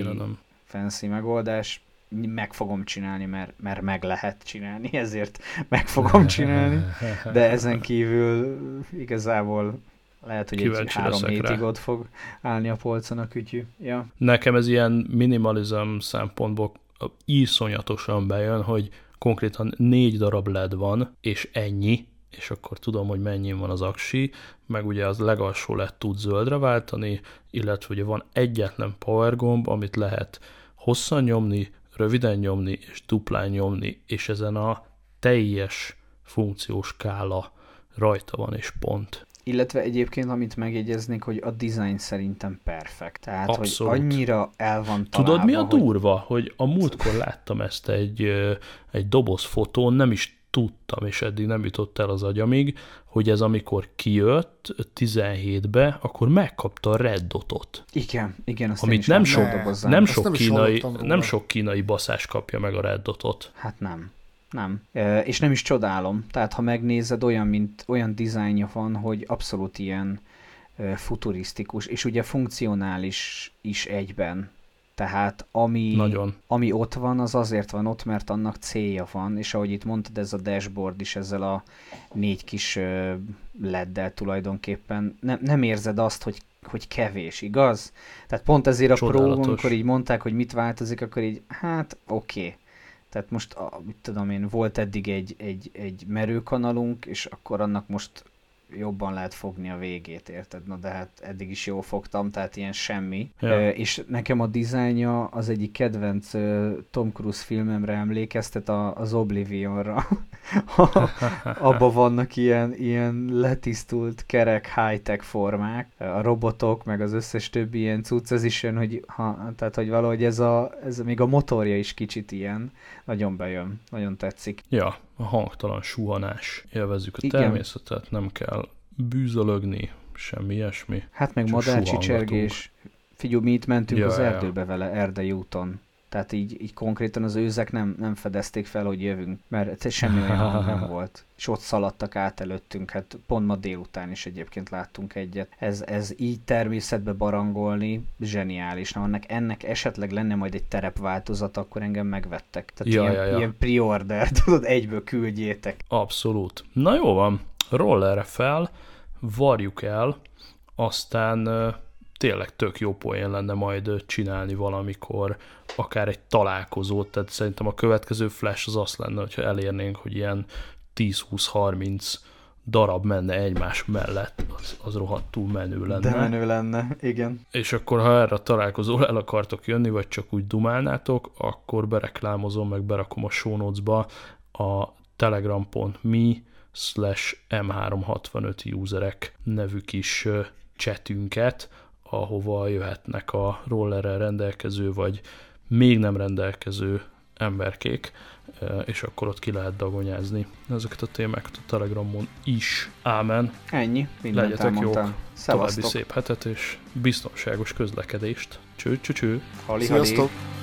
fancy megoldás. Meg fogom csinálni, mert meg lehet csinálni, ezért meg fogom csinálni, de ezen kívül igazából lehet, hogy egy 3 hétig ott fog állni a polcon a kütyű. Ja. Nekem ez ilyen minimalizm szempontból iszonyatosan bejön, hogy konkrétan 4 darab LED van, és ennyi, és akkor tudom, hogy mennyi van az aksi, meg ugye az legalsó LED tud zöldre váltani, illetve ugye van egyetlen power gomb, amit lehet hosszan nyomni, röviden nyomni és duplán nyomni, és ezen a teljes funkciós skála rajta van, és pont. Illetve egyébként, amit megjegyeznék, hogy a design szerintem perfekt. Tehát, abszolút. Hogy annyira el van találva. Tudod, mi a durva? Hogy a múltkor láttam ezt egy doboz fotón, nem is tudtam, és eddig nem jutott el az agyamig, hogy ez amikor kijött 17-be, akkor megkapta a Red Dotot. Igen, azt amit nem sok kínai baszás kapja meg a Red Dotot. Hát nem. És nem is csodálom. Tehát, ha megnézed, olyan dizájnja van, hogy abszolút ilyen futurisztikus, és ugye funkcionális is egyben. Tehát ami ott van, az azért van ott, mert annak célja van, és ahogy itt mondtad, ez a dashboard is ezzel a 4 kis LED-del tulajdonképpen nem érzed azt, hogy kevés, igaz? Tehát pont ezért a Pro, amikor így mondták, hogy mit változik, akkor így, hát oké. Tehát most, mit tudom én, volt eddig egy merőkanalunk, és akkor annak most jobban lehet fogni a végét, érted? Na de hát eddig is jól fogtam, tehát ilyen semmi. Ja. És nekem a dizájnja az egyik kedvenc Tom Cruise filmemre emlékeztet, az Oblivionra. Abban vannak ilyen letisztult, kerek, high-tech formák, a robotok, meg az összes többi ilyen cucc, ez is jön, tehát hogy valahogy ez még a motorja is kicsit ilyen, nagyon bejön, nagyon tetszik. Ja, a hangtalan suhanás. Élvezzük a természetet, nem kell bűzölögni, semmi ilyesmi. Hát meg madárcsicsergés. Figyelj, mi itt mentünk az erdőbe vele, Erdei úton. Tehát így konkrétan az őzek nem fedezték fel, hogy jövünk, mert semmi olyan hang nem volt. És ott szaladtak át előttünk, hát pont ma délután is egyébként láttunk egyet. Ez így természetbe barangolni zseniális. Na, ennek esetleg lenne majd egy terepváltozat, akkor engem megvettek. Tehát ilyen pre-order, tudod, egyből küldjétek. Abszolút. Na jó van, rollerre fel, varjuk el, aztán tényleg tök jó poén lenne majd csinálni valamikor, akár egy találkozót, tehát szerintem a következő Flash az azt lenne, hogyha elérnénk, hogy ilyen 10-20-30 darab menne egymás mellett, az rohadtul menő lenne. De menő lenne, igen. És akkor, ha erre a találkozóra el akartok jönni, vagy csak úgy dumálnátok, akkor bereklámozom, meg berakom a show notes-ba a telegram.me/m365 userek nevű kis chatünket, ahova jöhetnek a rollerrel rendelkező, vagy még nem rendelkező emberkék, és akkor ott ki lehet dagonyázni ezeket a témákat a Telegramon is. Ámen. Ennyi, mindent legyetek elmondtam. jók, Szevasztok. további szép hetet és biztonságos közlekedést. Cső. Hali, sziasztok!